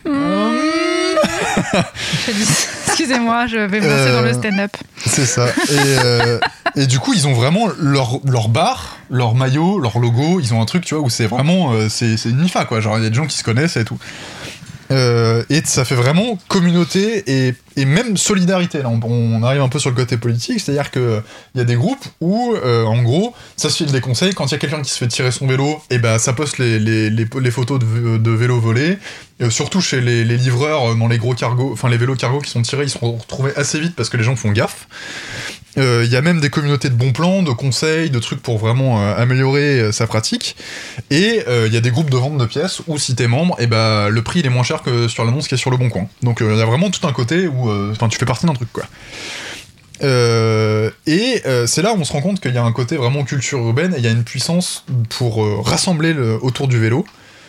Excusez-moi, je vais me lancer dans le stand-up. C'est ça. Et du coup, ils ont vraiment leur bar, leur maillot, leur logo, ils ont un truc, tu vois, où c'est vraiment c'est une IFA, quoi, genre il y a des gens qui se connaissent et tout. Et ça fait vraiment communauté et même solidarité. Là, on arrive un peu sur le côté politique, c'est-à-dire qu'il y a des groupes où, en gros, ça se file des conseils. Quand il y a quelqu'un qui se fait tirer son vélo, et ben ça poste les photos de vélos volés. Surtout chez les livreurs dans les gros cargos, enfin les vélos cargos qui sont tirés, ils seront retrouvés assez vite parce que les gens font gaffe. Il y a même des communautés de bons plans, de conseils, de trucs pour vraiment améliorer sa pratique. Et il y a des groupes de vente de pièces où si t'es membre, et bah, le prix il est moins cher que sur l'annonce qui est sur le Bon Coin. Donc il y a vraiment tout un côté où tu fais partie d'un truc, quoi. C'est là où on se rend compte qu'il y a un côté vraiment culture urbaine et il y a une puissance pour rassembler autour du vélo.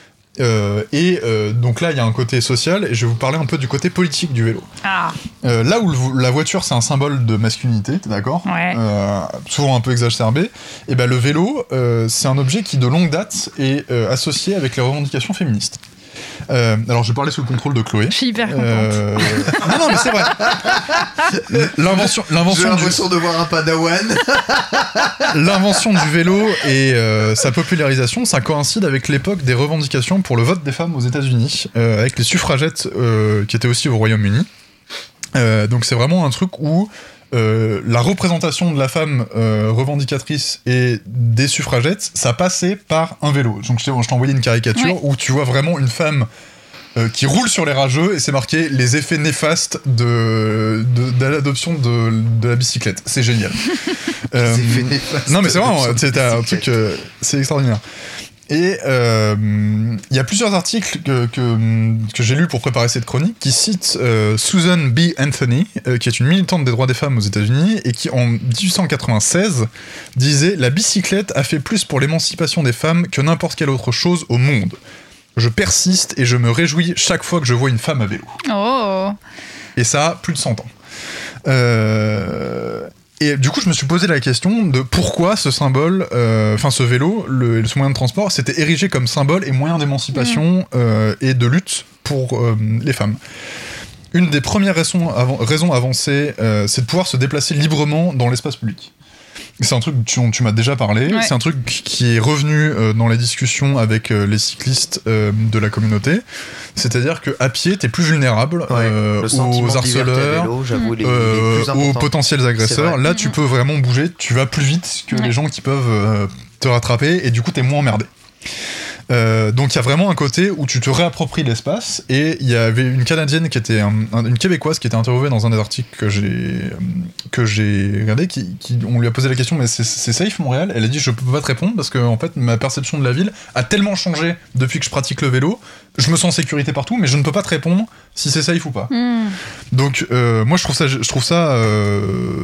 Donc là il y a un côté social et je vais vous parler un peu du côté politique du vélo. Là où la voiture c'est un symbole de masculinité, t'es d'accord ? Ouais. Souvent un peu exacerbé, et ben le vélo c'est un objet qui de longue date est associé avec les revendications féministes. Alors je vais parler sous le contrôle de Chloé. Je suis hyper contente. Non mais c'est vrai. L'invention j'ai l'impression de voir un padawan. L'invention du vélo et sa popularisation, ça coïncide avec l'époque des revendications pour le vote des femmes aux États-Unis, avec les suffragettes qui étaient aussi au Royaume-Uni. Donc c'est vraiment un truc où la représentation de la femme revendicatrice et des suffragettes, ça passait par un vélo. Donc je t'ai envoyé une caricature où tu vois vraiment une femme qui roule sur les rageux et c'est marqué les effets néfastes de l'adoption de la bicyclette. C'est génial. Effets néfastes. Non mais c'est vrai, c'est un truc, c'est extraordinaire. Et il y a plusieurs articles que j'ai lus pour préparer cette chronique qui citent Susan B. Anthony, qui est une militante des droits des femmes aux États-Unis et qui en 1896 disait « La bicyclette a fait plus pour l'émancipation des femmes que n'importe quelle autre chose au monde. Je persiste et je me réjouis chaque fois que je vois une femme à vélo. » Oh. Et ça a plus de 100 ans. Et du coup, je me suis posé la question de pourquoi ce symbole, ce vélo, ce moyen de transport, s'était érigé comme symbole et moyen d'émancipation et de lutte pour les femmes. Une des premières raisons avancées, c'est de pouvoir se déplacer librement dans l'espace public. C'est un truc dont tu m'as déjà parlé, c'est un truc qui est revenu dans les discussions avec les cyclistes de la communauté. C'est-à-dire qu'à pied, t'es plus vulnérable aux harceleurs, aux potentiels agresseurs. Là, tu peux vraiment bouger, tu vas plus vite que les gens qui peuvent te rattraper et du coup, t'es moins emmerdé. Donc il y a vraiment un côté où tu te réappropries l'espace et il y avait une Canadienne qui était une Québécoise qui était interviewée dans un des articles que j'ai regardé on lui a posé la question mais c'est safe Montréal? Elle a dit je peux pas te répondre parce que en fait ma perception de la ville a tellement changé depuis que je pratique le vélo, je me sens en sécurité partout mais je ne peux pas te répondre si c'est safe ou pas. Donc moi je trouve ça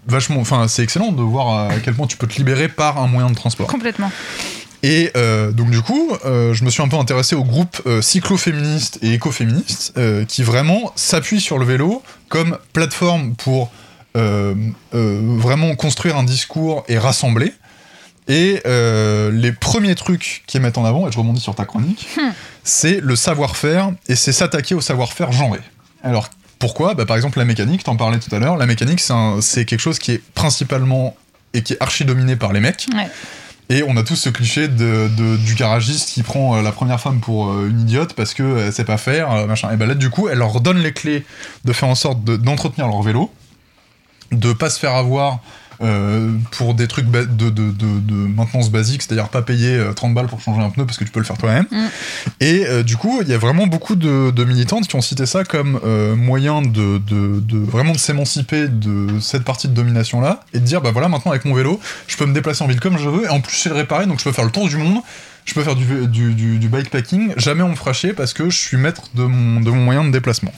vachement, enfin c'est excellent de voir à quel point tu peux te libérer par un moyen de transport. Complètement. Et donc du coup, je me suis un peu intéressé au groupe cyclo-féministes et écoféministes qui vraiment s'appuient sur le vélo comme plateforme pour vraiment construire un discours et rassembler. Et les premiers trucs qu'ils mettent en avant, et je rebondis sur ta chronique, c'est le savoir-faire, et c'est s'attaquer au savoir-faire genré. Alors, pourquoi ? Par exemple, la mécanique, t'en parlais tout à l'heure, la mécanique, c'est quelque chose qui est principalement, et qui est archi-dominé par les mecs. Ouais. Et on a tous ce cliché du garagiste qui prend la première femme pour une idiote parce que sait pas faire, machin. Et là, du coup, elle leur donne les clés de faire en sorte d'entretenir leur vélo, de pas se faire avoir pour des trucs de maintenance basique, c'est-à-dire pas payer 30 balles pour changer un pneu parce que tu peux le faire toi-même. Et du coup, il y a vraiment beaucoup de militantes qui ont cité ça comme moyen de vraiment de s'émanciper de cette partie de domination-là et de dire, voilà, maintenant avec mon vélo, je peux me déplacer en ville comme je veux, et en plus je sais le réparer, donc je peux faire le tour du monde, je peux faire du bikepacking, jamais on me fera chier parce que je suis maître de mon moyen de déplacement.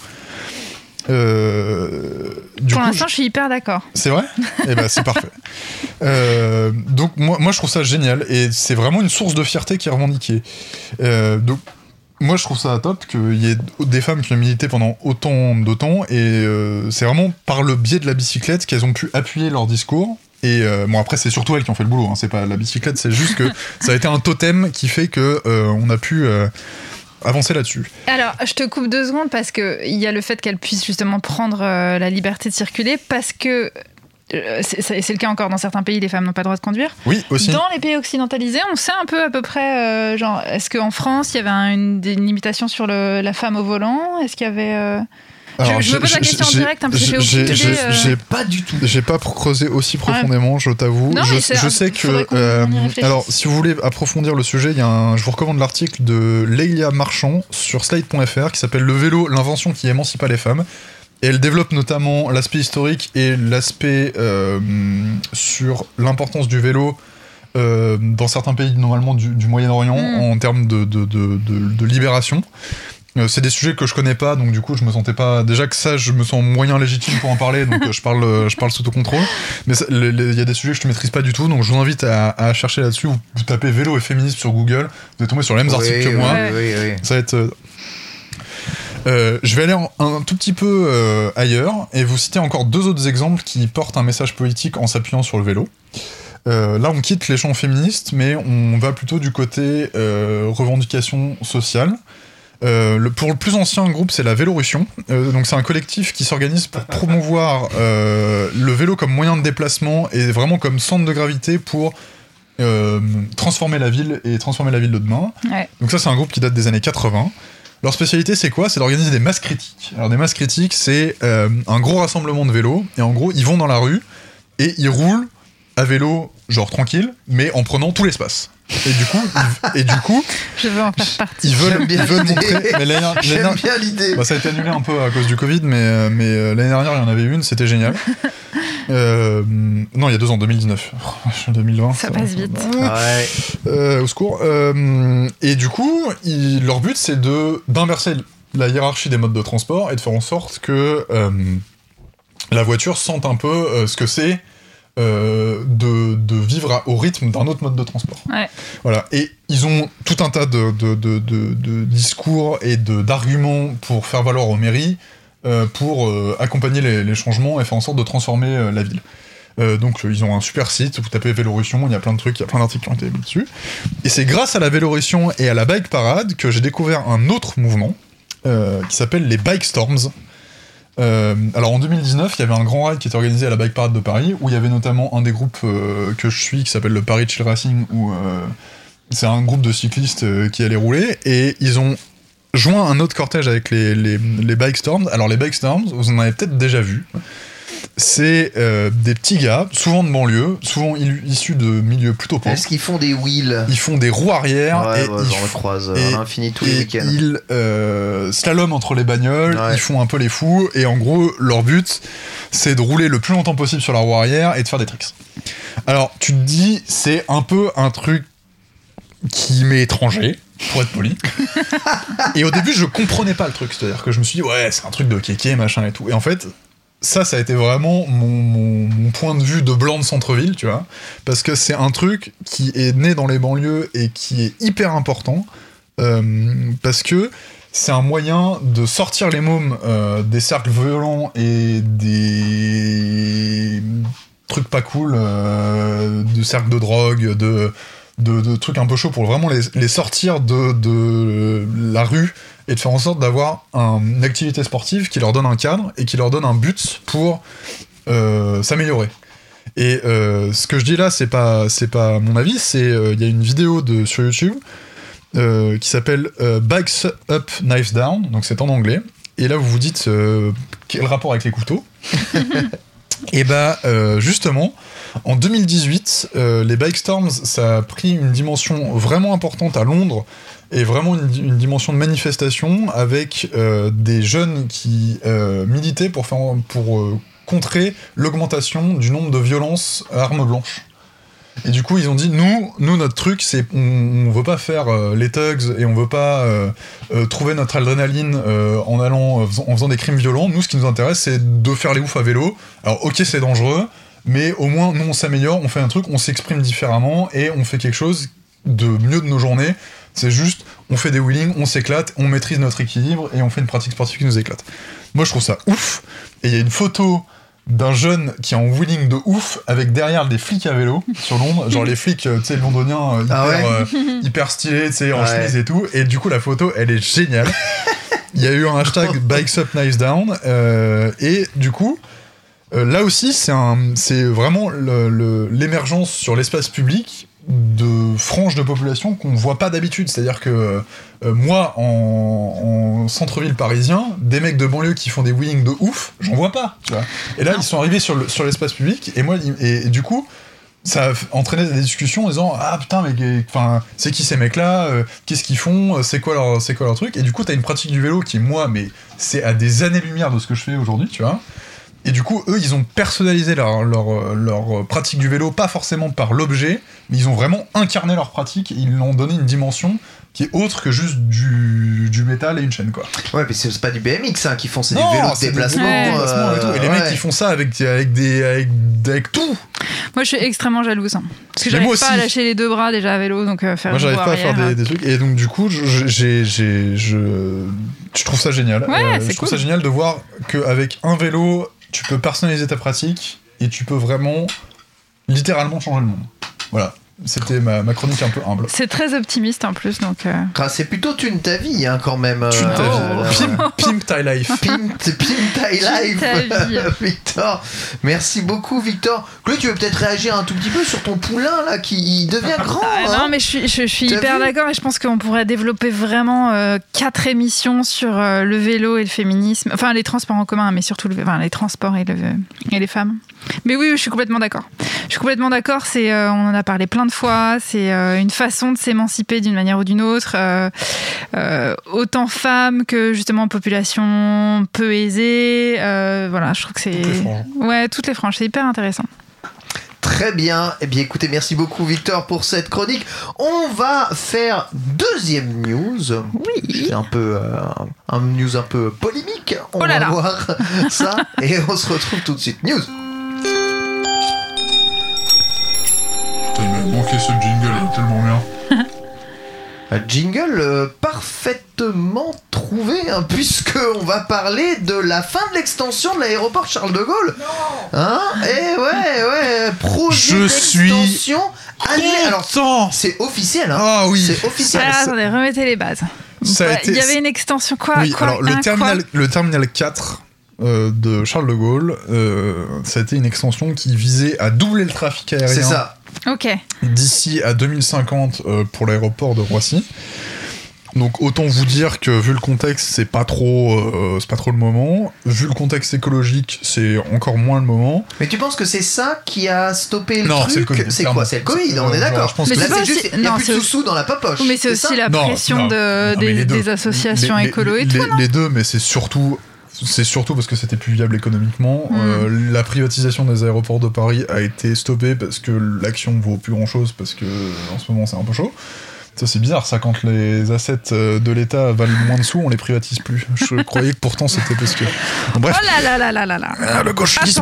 Pour l'instant, je suis hyper d'accord. C'est vrai ? Eh ben, c'est parfait. Donc, moi, je trouve ça génial et c'est vraiment une source de fierté qui est revendiquée. Donc, moi, je trouve ça top qu'il y ait des femmes qui ont milité pendant autant de temps et c'est vraiment par le biais de la bicyclette qu'elles ont pu appuyer leur discours. Et bon, après, c'est surtout elles qui ont fait le boulot, hein. C'est pas la bicyclette, c'est juste que ça a été un totem qui fait que on a pu avancer là-dessus. Alors, je te coupe 2 secondes parce qu'il y a le fait qu'elle puisse justement prendre la liberté de circuler parce que c'est le cas encore dans certains pays, les femmes n'ont pas le droit de conduire. Oui, aussi. Dans les pays occidentalisés, on sait un peu à peu près, genre, est-ce qu'en France, il y avait une limitation sur la femme au volant ? Est-ce qu'il y avait... Alors, je me pose la question en direct, hein, parce que j'ai pas du tout. J'ai pas creusé aussi profondément, je t'avoue. Non, je sais que. Alors, si vous voulez approfondir le sujet, je vous recommande l'article de Leila Marchand sur Slide.fr qui s'appelle Le vélo, l'invention qui émancipa les femmes. Et elle développe notamment l'aspect historique et l'aspect sur l'importance du vélo dans certains pays, normalement du Moyen-Orient, en termes de libération. C'est des sujets que je connais pas, donc du coup je me sentais pas, déjà que ça je me sens moyen légitime pour en parler, donc je parle sous autocontrôle, mais il y a des sujets que je maîtrise pas du tout, donc je vous invite à chercher là-dessus. Vous tapez vélo et féminisme sur Google, vous allez tomber sur les mêmes articles que moi. Oui. Ça va être je vais aller un tout petit peu ailleurs et vous citer encore 2 autres exemples qui portent un message politique en s'appuyant sur le vélo. Là on quitte les champs féministes, mais on va plutôt du côté revendication sociale. Pour le plus ancien groupe, c'est la Vélorussion. Donc c'est un collectif qui s'organise pour promouvoir le vélo comme moyen de déplacement et vraiment comme centre de gravité pour transformer la ville et transformer la ville de demain. Ouais. Donc ça, c'est un groupe qui date des années 80. Leur spécialité, c'est quoi ? C'est d'organiser des masses critiques. Alors des masses critiques, c'est un gros rassemblement de vélos, et en gros, ils vont dans la rue et ils roulent à vélo, genre tranquille, mais en prenant tout l'espace. Et du coup, je veux en faire partie. Ils veulent montrer. Mais j'aime bien l'idée. Ça a été annulé un peu à cause du Covid, mais l'année dernière, il y en avait une, c'était génial. Non, il y a 2 ans, 2019. 2020. Ça passe vite. Au secours. Et du coup, leur but, c'est d'inverser la hiérarchie des modes de transport et de faire en sorte que la voiture sente un peu ce que c'est. De vivre au rythme d'un autre mode de transport. Ouais. Voilà. Et ils ont tout un tas de discours et d'arguments pour faire valoir aux mairies pour accompagner les changements et faire en sorte de transformer la ville. Donc ils ont un super site, vous tapez Vélorussion, il y a plein de trucs, il y a plein d'articles qui ont été mis dessus. Et c'est grâce à la Vélorussion et à la Bike Parade que j'ai découvert un autre mouvement qui s'appelle les Bike Storms. Alors en 2019, il y avait un grand ride qui était organisé à la Bike Parade de Paris, où il y avait notamment un des groupes que je suis qui s'appelle le Paris Chill Racing, où c'est un groupe de cyclistes qui allait rouler, et ils ont joint un autre cortège avec les Bike Storms. Alors les Bike Storms, vous en avez peut-être déjà vu. C'est des petits gars, souvent de banlieue, souvent issus de milieux plutôt pauvres. Est-ce qu'ils font des wheels ? Ils font des roues arrière. Ouais, j'en croise à l'infini tous les week-ends. Ils slaloment entre les bagnoles, ils font un peu les fous, et en gros, leur but, c'est de rouler le plus longtemps possible sur la roue arrière et de faire des tricks. Alors, tu te dis, c'est un peu un truc qui m'est étranger, pour être poli. Et au début, je comprenais pas le truc, c'est-à-dire que je me suis dit, ouais, c'est un truc de kéké, machin et tout. Et en fait, ça a été vraiment mon point de vue de blanc de centre-ville, tu vois, parce que c'est un truc qui est né dans les banlieues et qui est hyper important, parce que c'est un moyen de sortir les mômes des cercles violents et des trucs pas cool, de cercles de drogue, de trucs un peu chauds, pour vraiment les sortir de la rue et de faire en sorte d'avoir une activité sportive qui leur donne un cadre et qui leur donne un but pour s'améliorer. Et ce que je dis là, c'est pas mon avis, il y a une vidéo sur YouTube qui s'appelle Bikes Up, Knives Down, donc c'est en anglais. Et là, vous vous dites quel rapport avec les couteaux? Et justement, en 2018, les Bike Storms, ça a pris une dimension vraiment importante à Londres, et vraiment une dimension de manifestation avec des jeunes qui militaient pour contrer l'augmentation du nombre de violences à armes blanches. Et du coup, ils ont dit, nous notre truc, c'est on veut pas faire les thugs et on veut pas trouver notre adrénaline en faisant des crimes violents. Nous, ce qui nous intéresse, c'est de faire les oufs à vélo. Alors, ok, c'est dangereux, mais au moins, nous, on s'améliore, on fait un truc, on s'exprime différemment et on fait quelque chose de mieux de nos journées. C'est juste, on fait des wheelings, on s'éclate, on maîtrise notre équilibre et on fait une pratique sportive qui nous éclate. Moi, je trouve ça ouf. Et il y a une photo d'un jeune qui est en wheeling de ouf avec derrière des flics à vélo sur Londres, genre les flics, tu sais, londoniens hyper stylés, tu sais, en chemise et tout. Et du coup, la photo, elle est géniale. Il y a eu un hashtag Bikes Up, Knives Down, et du coup, là aussi, c'est vraiment l'émergence sur l'espace public de franges de population qu'on voit pas d'habitude. C'est-à-dire que moi, en centre-ville parisien, des mecs de banlieue qui font des wheelings de ouf, j'en vois pas, tu vois. Et là, ils sont arrivés sur l'espace public, et du coup, ça a entraîné des discussions en disant, ah putain, mais c'est qui ces mecs-là, qu'est-ce qu'ils font, c'est quoi leur truc. Et du coup, t'as une pratique du vélo qui, moi, mais c'est à des années-lumière de ce que je fais aujourd'hui, tu vois. Et du coup, eux, ils ont personnalisé leur pratique du vélo, pas forcément par l'objet, mais ils ont vraiment incarné leur pratique et ils leur ont donné une dimension qui est autre que juste du métal et une chaîne, quoi. Ouais, mais c'est pas du BMX qui font, c'est du vélo de déplacement. Et tout. Et les mecs, ils font ça avec tout. Moi, je suis extrêmement jalouse. Parce que j'arrive pas à lâcher les deux bras déjà à vélo, donc faire. Moi, j'arrive pas à faire des trucs. Et donc, du coup, je trouve ça génial. Ouais, je trouve ça génial de voir qu'avec un vélo, tu peux personnaliser ta pratique et tu peux vraiment, littéralement, changer le monde. Voilà. C'était ma chronique un peu humble. C'est très optimiste en plus, donc. C'est plutôt tune ta vie, quand même. Tune ta vie. Pimp ta life. Pimp ta life. Victor. Merci beaucoup, Victor. Chloé, tu veux peut-être réagir un tout petit peu sur ton poulain là qui devient grand. Non, mais je suis hyper d'accord et je pense qu'on pourrait développer vraiment 4 émissions sur le vélo et le féminisme. Enfin, les transports en commun, mais surtout les transports et les femmes. Mais oui, je suis complètement d'accord. On en a parlé plein de fois. C'est une façon de s'émanciper d'une manière ou d'une autre. Autant femmes que justement population peu aisée. Voilà, je trouve que c'est. Toutes les franges. Ouais, toutes les franges. C'est hyper intéressant. Très bien. Eh bien, écoutez, merci beaucoup, Victor, pour cette chronique. On va faire deuxième news. Oui. C'est un news un peu polémique. On va voir ça et on se retrouve tout de suite. News. Il m'a manqué ce jingle, il est tellement bien. Un jingle parfaitement trouvé, puisqu'on va parler de la fin de l'extension de l'aéroport Charles de Gaulle. Non. Et ouais, projet d'extension annulé. Alors, c'est officiel. Ah oui. C'est officiel. Attendez, remettez les bases. Il y avait une extension quoi? Oui, alors le terminal 4 de Charles de Gaulle, ça a été une extension qui visait à doubler le trafic aérien. C'est ça. Ok. D'ici à 2050 pour l'aéroport de Roissy. Donc autant vous dire que vu le contexte, c'est pas trop le moment. Vu le contexte écologique, c'est encore moins le moment. Mais tu penses que c'est ça qui a stoppé le truc? Non, c'est le Covid. C'est quoi? C'est le Covid, on est d'accord. Je pense mais que là, c'est juste, il n'y a plus de sous dans la poche. Mais c'est aussi la pression des associations écolo et tout, non? Les deux, mais c'est surtout parce que c'était plus viable économiquement. La privatisation des aéroports de Paris a été stoppée parce que l'action vaut plus grand chose, parce que en ce moment c'est un peu chaud. Ça, c'est bizarre, ça, quand les assets de l'État valent moins de sous, on les privatise plus. Je croyais que pourtant c'était parce que... Bon, bref. Oh là là là là là là. Le gauchisme.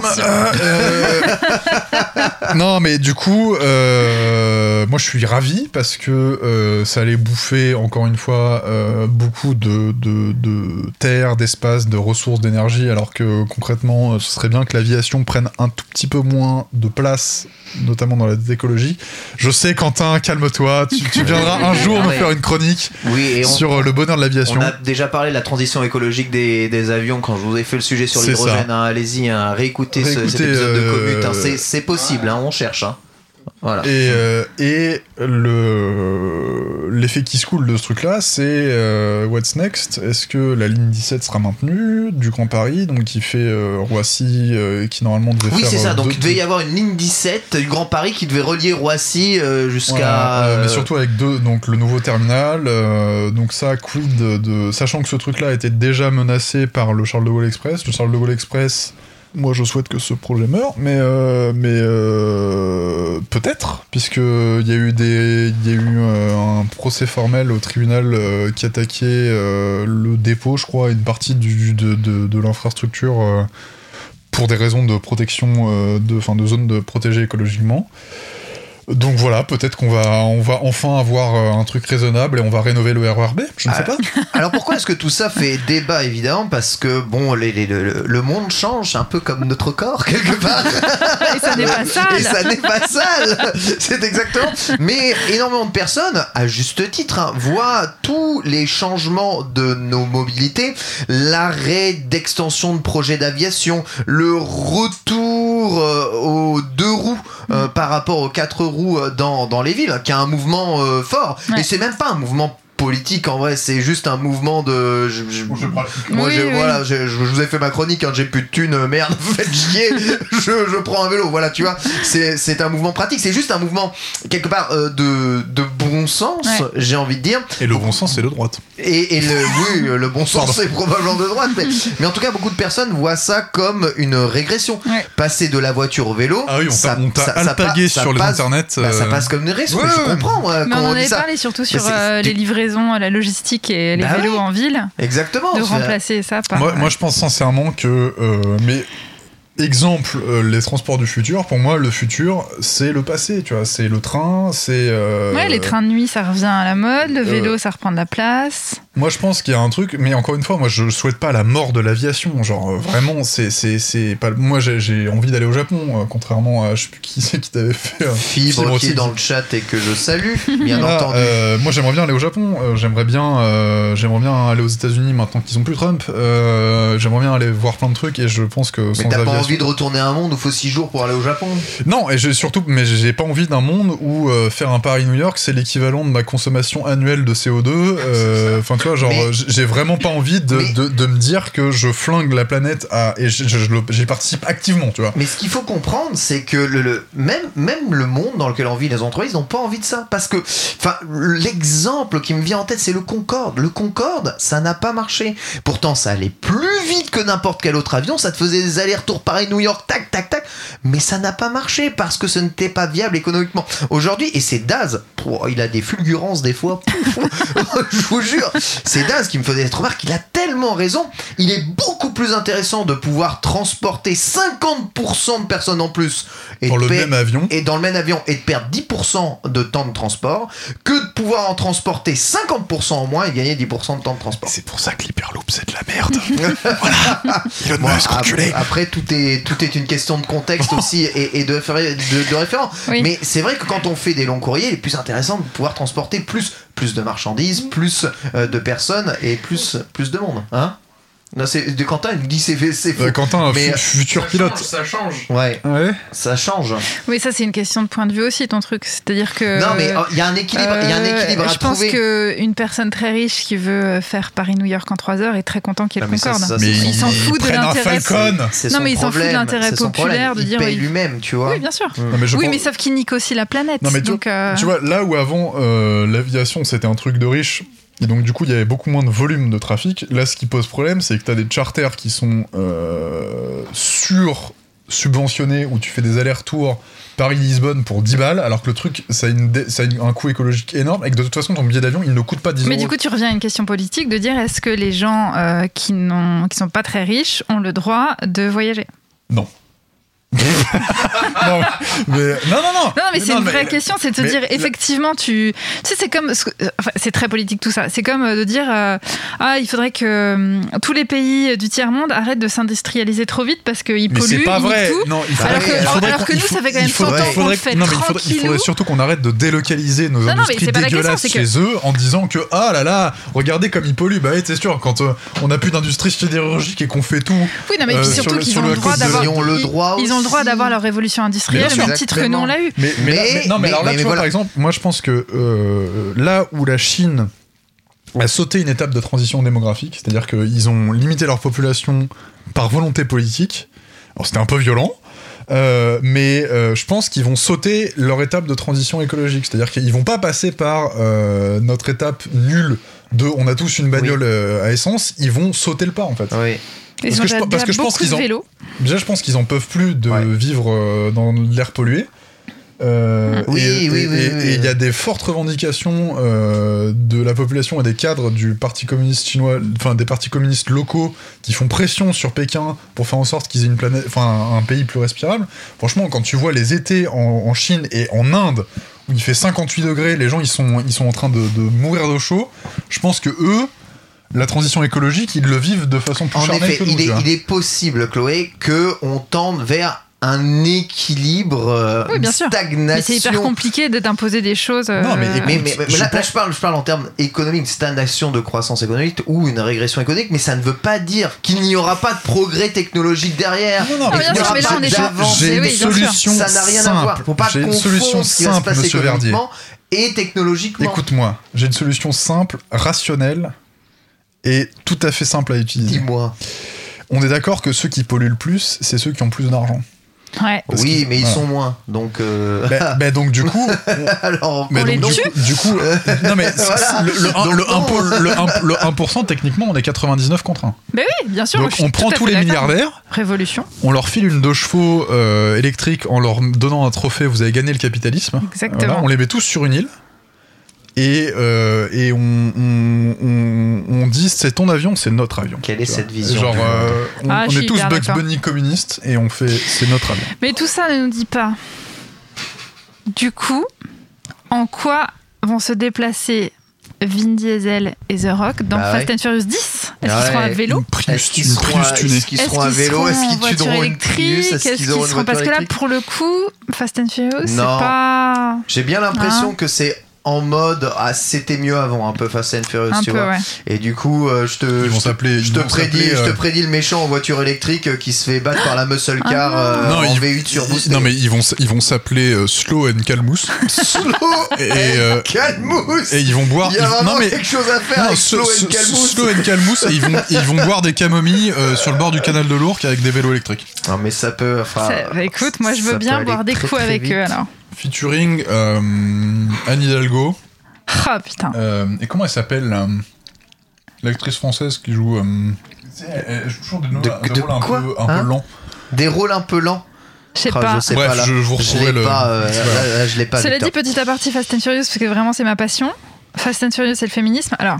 Non, mais du coup, moi je suis ravi parce que ça allait bouffer, encore une fois, beaucoup de terre, d'espace, de ressources, d'énergie, alors que concrètement, ce serait bien que l'aviation prenne un tout petit peu moins de place, notamment dans la écologie. Je sais, Quentin, calme-toi, tu viendras un jour nous faire une chronique sur le bonheur de l'aviation. On a déjà parlé de la transition écologique des avions quand je vous ai fait le sujet sur l'hydrogène. Hein, allez-y, réécoutez cet épisode de Commute. Hein, c'est possible, hein, on cherche. Hein. Voilà. Et l'effet qui se coule de ce truc-là, c'est what's next? Est-ce que la ligne 17 sera maintenue du Grand Paris, donc qui fait Roissy, qui normalement devait faire... Oui, c'est ça. Donc il devait y avoir une ligne 17 du Grand Paris qui devait relier Roissy jusqu'à... mais surtout avec donc le nouveau terminal. Donc ça, quid de... Sachant que ce truc-là était déjà menacé par le Charles de Gaulle Express. Le Charles de Gaulle Express... Moi, je souhaite que ce projet meure, mais peut-être, puisqu'il y a eu un procès formel au tribunal qui attaquait le dépôt, je crois, une partie de l'infrastructure pour des raisons de protection, de zones protégées écologiquement. Donc voilà, peut-être qu'on va enfin avoir un truc raisonnable et on va rénover le RERB, je ne sais pas. Alors pourquoi est-ce que tout ça fait débat, évidemment? Parce que bon, le monde change, un peu comme notre corps, quelque part. Et ça n'est pas sale. Et ça n'est pas sale. C'est exactement. Mais énormément de personnes, à juste titre, hein, voient tous les changements de nos mobilités, l'arrêt d'extension de projets d'aviation, le retour aux 2 roues par rapport aux 4 roues dans les villes, qui a un mouvement fort. Ouais. Et c'est même pas un mouvement politique, en vrai, c'est juste un mouvement de... Voilà, je vous ai fait ma chronique, hein, j'ai plus de thunes, merde, vous faites chier, je prends un vélo, voilà, tu vois, c'est un mouvement pratique, c'est juste un mouvement, quelque part, de bon sens, j'ai envie de dire. Et le bon sens, c'est de droite. Et le bon sens, c'est probablement de droite, mais en tout cas, beaucoup de personnes voient ça comme une régression. Ouais. Passer de la voiture au vélo, ah oui, on t'a alpagué sur les internets. Ça passe comme une régression, je comprends, moi, mais on en avait parlé surtout sur les livraisons, la logistique et les vélos en ville. Exactement. De remplacer ça par... Moi, je pense sincèrement que... mais exemple, les transports du futur, pour moi, le futur, c'est le passé, tu vois. C'est le train, c'est... Ouais, les trains de nuit, ça revient à la mode. Le vélo, ça reprend de la place. Moi, je pense qu'il y a un truc... Mais encore une fois, moi, je souhaite pas la mort de l'aviation. Genre, vraiment, c'est pas... Moi, j'ai envie d'aller au Japon, contrairement à... Je sais plus qui c'est qui t'avait fait... Fibre qui est dans le chat et que je salue, bien entendu. Moi, j'aimerais bien aller au Japon. J'aimerais bien aller aux États-Unis maintenant qu'ils ont plus Trump. J'aimerais bien aller voir plein de trucs et je pense que sans aviation... envie de retourner à un monde où il faut 6 jours pour aller au Japon? Non, et mais j'ai pas envie d'un monde où faire un Paris-New York, c'est l'équivalent de ma consommation annuelle de CO2. Enfin, tu vois, genre, j'ai vraiment pas envie de me dire que je flingue la planète et j'y participe activement, tu vois. Mais ce qu'il faut comprendre, c'est que même le monde dans lequel on vit, les entreprises n'ont pas envie de ça. Parce que, l'exemple qui me vient en tête, c'est le Concorde. Le Concorde, ça n'a pas marché. Pourtant, ça allait plus vite que n'importe quel autre avion. Ça te faisait des allers-retours Paris-New York, tac, tac, tac. Mais ça n'a pas marché parce que ce n'était pas viable économiquement. Aujourd'hui, et c'est Daz, il a des fulgurances des fois. Je vous jure, c'est Daz qui me faisait cette remarque. Il a tellement raison. Il est beaucoup plus intéressant de pouvoir transporter 50% de personnes en plus dans le même avion et de perdre 10% de temps de transport que de pouvoir en transporter 50% en moins et gagner 10% de temps de transport. C'est pour ça que l'Hyperloop c'est de la merde. Voilà. Elon Musk enculé. Après tout est une question de contexte aussi et de référent. Oui. Mais c'est vrai que quand on fait des longs courriers, il est plus intéressant de pouvoir transporter plus de marchandises, plus de personnes et plus de monde, hein. Non, c'est de Quentin, il nous dit c'est faux. Quentin, futur pilote. Ça change. Ouais. Ça change. Oui, ça c'est une question de point de vue aussi, ton truc. C'est-à-dire que. Non, mais il y a un équilibre. Il y a un équilibre à trouver. Je pense qu'une personne très riche qui veut faire Paris-New York en 3 heures est très content qu'il y ait le Concorde. Mais il s'en fout de l'intérêt. Non, mais il s'en fout de l'intérêt populaire de dire. Il paye lui-même, tu vois. Oui, bien sûr. Mais sauf qu'il nique aussi la planète. Non, mais tu vois, là où avant l'aviation c'était un truc de riche. Et donc du coup il y avait beaucoup moins de volume de trafic. Là ce qui pose problème c'est que t'as des charters qui sont subventionné où tu fais des allers-retours Paris-Lisbonne pour 10 balles, alors que le truc, ça a un coût écologique énorme et que de toute façon, ton billet d'avion, il ne coûte pas 10 euros. Mais du coup, tu reviens à une question politique de dire est-ce que les gens qui sont pas très riches ont le droit de voyager ? Non. non, mais c'est une vraie question, c'est de se dire effectivement tu sais, c'est comme c'est très politique tout ça, c'est comme de dire il faudrait que tous les pays du tiers-monde arrêtent de s'industrialiser trop vite parce qu'ils polluent, c'est pas vrai. Tout, non, alors que nous ça fait quand même 100 ans qu'on le fait tranquillou. Il faudrait surtout qu'on arrête de délocaliser nos industries dégueulasses chez eux en disant que ah là là, regardez comme ils polluent. Bah oui, c'est sûr, quand on n'a plus d'industrie sidérurgique et qu'on fait tout. Oui, non, mais puis surtout qu'ils ont le droit d'avoir ils ont le droit d'avoir leur révolution industrielle, au même titre que nous on l'a eu. Mais alors là, tu vois, par exemple, moi je pense que là où la Chine a sauté une étape de transition démographique, c'est-à-dire qu'ils ont limité leur population par volonté politique, alors c'était un peu violent, mais je pense qu'ils vont sauter leur étape de transition écologique, c'est-à-dire qu'ils vont pas passer par notre étape nulle de on a tous une bagnole à essence, ils vont sauter le pas en fait. Oui. Parce que je pense qu'ils déjà je pense qu'ils en peuvent plus de vivre dans l'air pollué. Et il y a des fortes revendications de la population et des cadres du parti communiste chinois, enfin des partis communistes locaux qui font pression sur Pékin pour faire en sorte qu'ils aient une planète, enfin un pays plus respirable. Franchement, quand tu vois les étés en Chine et en Inde où il fait 58 degrés, les gens ils sont en train de mourir de chaud. Je pense que eux, la transition écologique, ils le vivent de façon plus charnelle que nous. Il est possible, Chloé, qu'on tende vers un équilibre, une stagnation. Mais c'est hyper compliqué de t'imposer des choses. Non, mais là, je parle en termes économiques, stagnation de croissance économique ou une régression économique, mais ça ne veut pas dire qu'il n'y aura pas de progrès technologique derrière. Non, bien sûr, mais là on est j'ai une solution ça n'a rien à voir. Faut pas confondre ce qui va se passer économiquement et technologiquement. Écoute-moi, j'ai une solution simple, rationnelle et tout à fait simple à utiliser. Dis-moi. On est d'accord que ceux qui polluent le plus, c'est ceux qui ont plus d'argent. Ouais. Oui, mais ils sont moins. Donc, donc du coup, alors, on les tue. Du coup, non mais voilà. le 1%, techniquement, on est 99 contre 1. Ben oui, bien sûr. Donc on prend tous les milliardaires. Révolution. On leur file une 2 chevaux électrique en leur donnant un trophée. Vous avez gagné le capitalisme. Exactement. Voilà, on les met tous sur une île. Et on dit c'est ton avion, c'est notre avion. Quelle est cette vision? Genre, on est tous Bugs Bunny communistes et on fait c'est notre avion. Mais tout ça ne nous dit pas. Du coup, en quoi vont se déplacer Vin Diesel et The Rock dans Fast and Furious 10? Est-ce qu'ils seront à vélo? Est-ce qu'ils seront à vélo? Est-ce qu'ils tuneront une Prius? Est-ce qu'ils seront... Parce que là, pour le coup, Fast and Furious, c'est pas... J'ai bien l'impression que c'est en mode c'était mieux avant, un peu Fast and Furious, tu vois. Ouais. Et du coup, je te prédis le méchant en voiture électrique qui se fait battre par la muscle car en V8 surboosté. Non mais ils vont s'appeler Slow and Calmous. Slow and Calmous. Et ils vont boire. Il y a vraiment quelque chose à faire avec Slow and Calmous. Slow and Calmous. Et ils vont boire des camomilles sur le bord du canal de l'Ourcq avec des vélos électriques. Non mais ça peut. Écoute, moi je veux bien boire des coups avec eux alors. Featuring Anne Hidalgo. Ah putain. Et comment elle s'appelle l'actrice française qui joue. Elle joue toujours des rôles un peu lents. Des rôles un peu lents. Je sais pas. Je vous retrouverai le. Je l'ai pas. Cela dit, petite aparté Fast and Furious, parce que vraiment c'est ma passion. Fast and Furious, c'est le féminisme. Alors.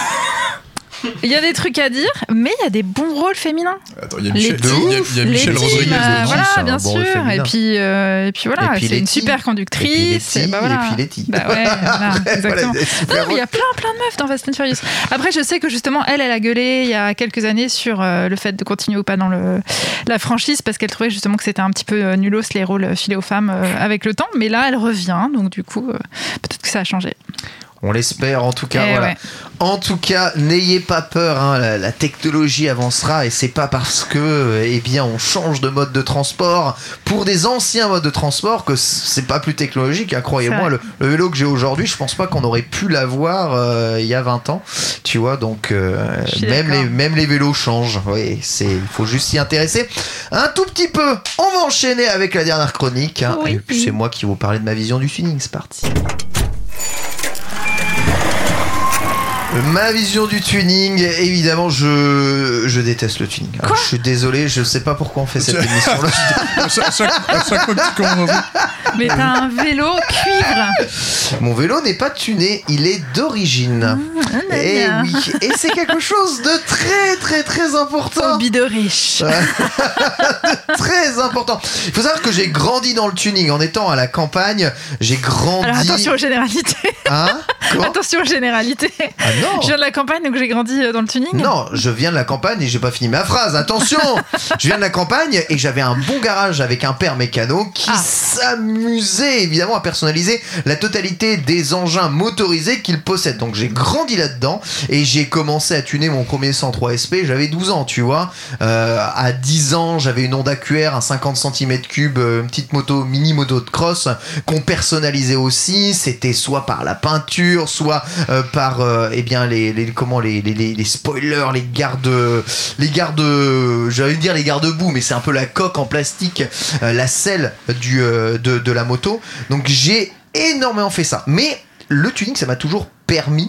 Il y a des trucs à dire, mais il y a des bons rôles féminins. Attends, il y a Michelle Rodriguez dedans. Voilà, bien sûr. Et puis voilà, c'est une super conductrice. Et puis Letty. Bah ouais, voilà, exactement. Non, mais il y a plein de meufs dans Fast and Furious. Après, je sais que justement, elle a gueulé il y a quelques années sur le fait de continuer ou pas dans la franchise, parce qu'elle trouvait justement que c'était un petit peu nulos les rôles filés aux femmes avec le temps. Mais là, elle revient, donc du coup, peut-être que ça a changé. On l'espère, en tout cas. Voilà. Ouais. En tout cas, n'ayez pas peur, hein, la technologie avancera et c'est pas parce que, on change de mode de transport pour des anciens modes de transport que c'est pas plus technologique. Hein, croyez-moi, le vélo que j'ai aujourd'hui, je pense pas qu'on aurait pu l'avoir il y a 20 ans. Tu vois, donc même les vélos changent. Oui, il faut juste s'y intéresser un tout petit peu. On va enchaîner avec la dernière chronique. Hein, et puis c'est moi qui vais vous parler de ma vision du tuning. C'est parti. Ma vision du tuning, évidemment, je déteste le tuning. Alors, je suis désolé, je sais pas pourquoi on fait cette émission-là. à chaque fois que tu commences. Mais t'as un vélo cuivre. Mon vélo n'est pas tuné, il est d'origine. Et oui, et c'est quelque chose de très très très important. Hobby de riche. Très important. Il faut savoir que j'ai grandi dans le tuning en étant à la campagne. J'ai grandi. Alors attention aux généralités. Hein? Attention aux généralités. Ah non. Je viens de la campagne donc j'ai grandi dans le tuning. Non, je viens de la campagne et j'ai pas fini ma phrase. Attention. Je viens de la campagne et j'avais un bon garage avec un père mécano qui s'amusait évidemment à personnaliser la totalité des engins motorisés qu'il possède. Donc j'ai grandi là-dedans et j'ai commencé à tuner mon premier 103 SP. J'avais 12 ans, tu vois. À 10 ans, j'avais une Honda QR, un 50 cm3, une petite moto, mini moto de cross qu'on personnalisait aussi. C'était soit par la peinture, soit par les spoilers, les garde, j'allais dire les garde-boue, mais c'est un peu la coque en plastique, la selle de la moto. Donc j'ai énormément fait ça. Mais le tuning, ça m'a toujours permis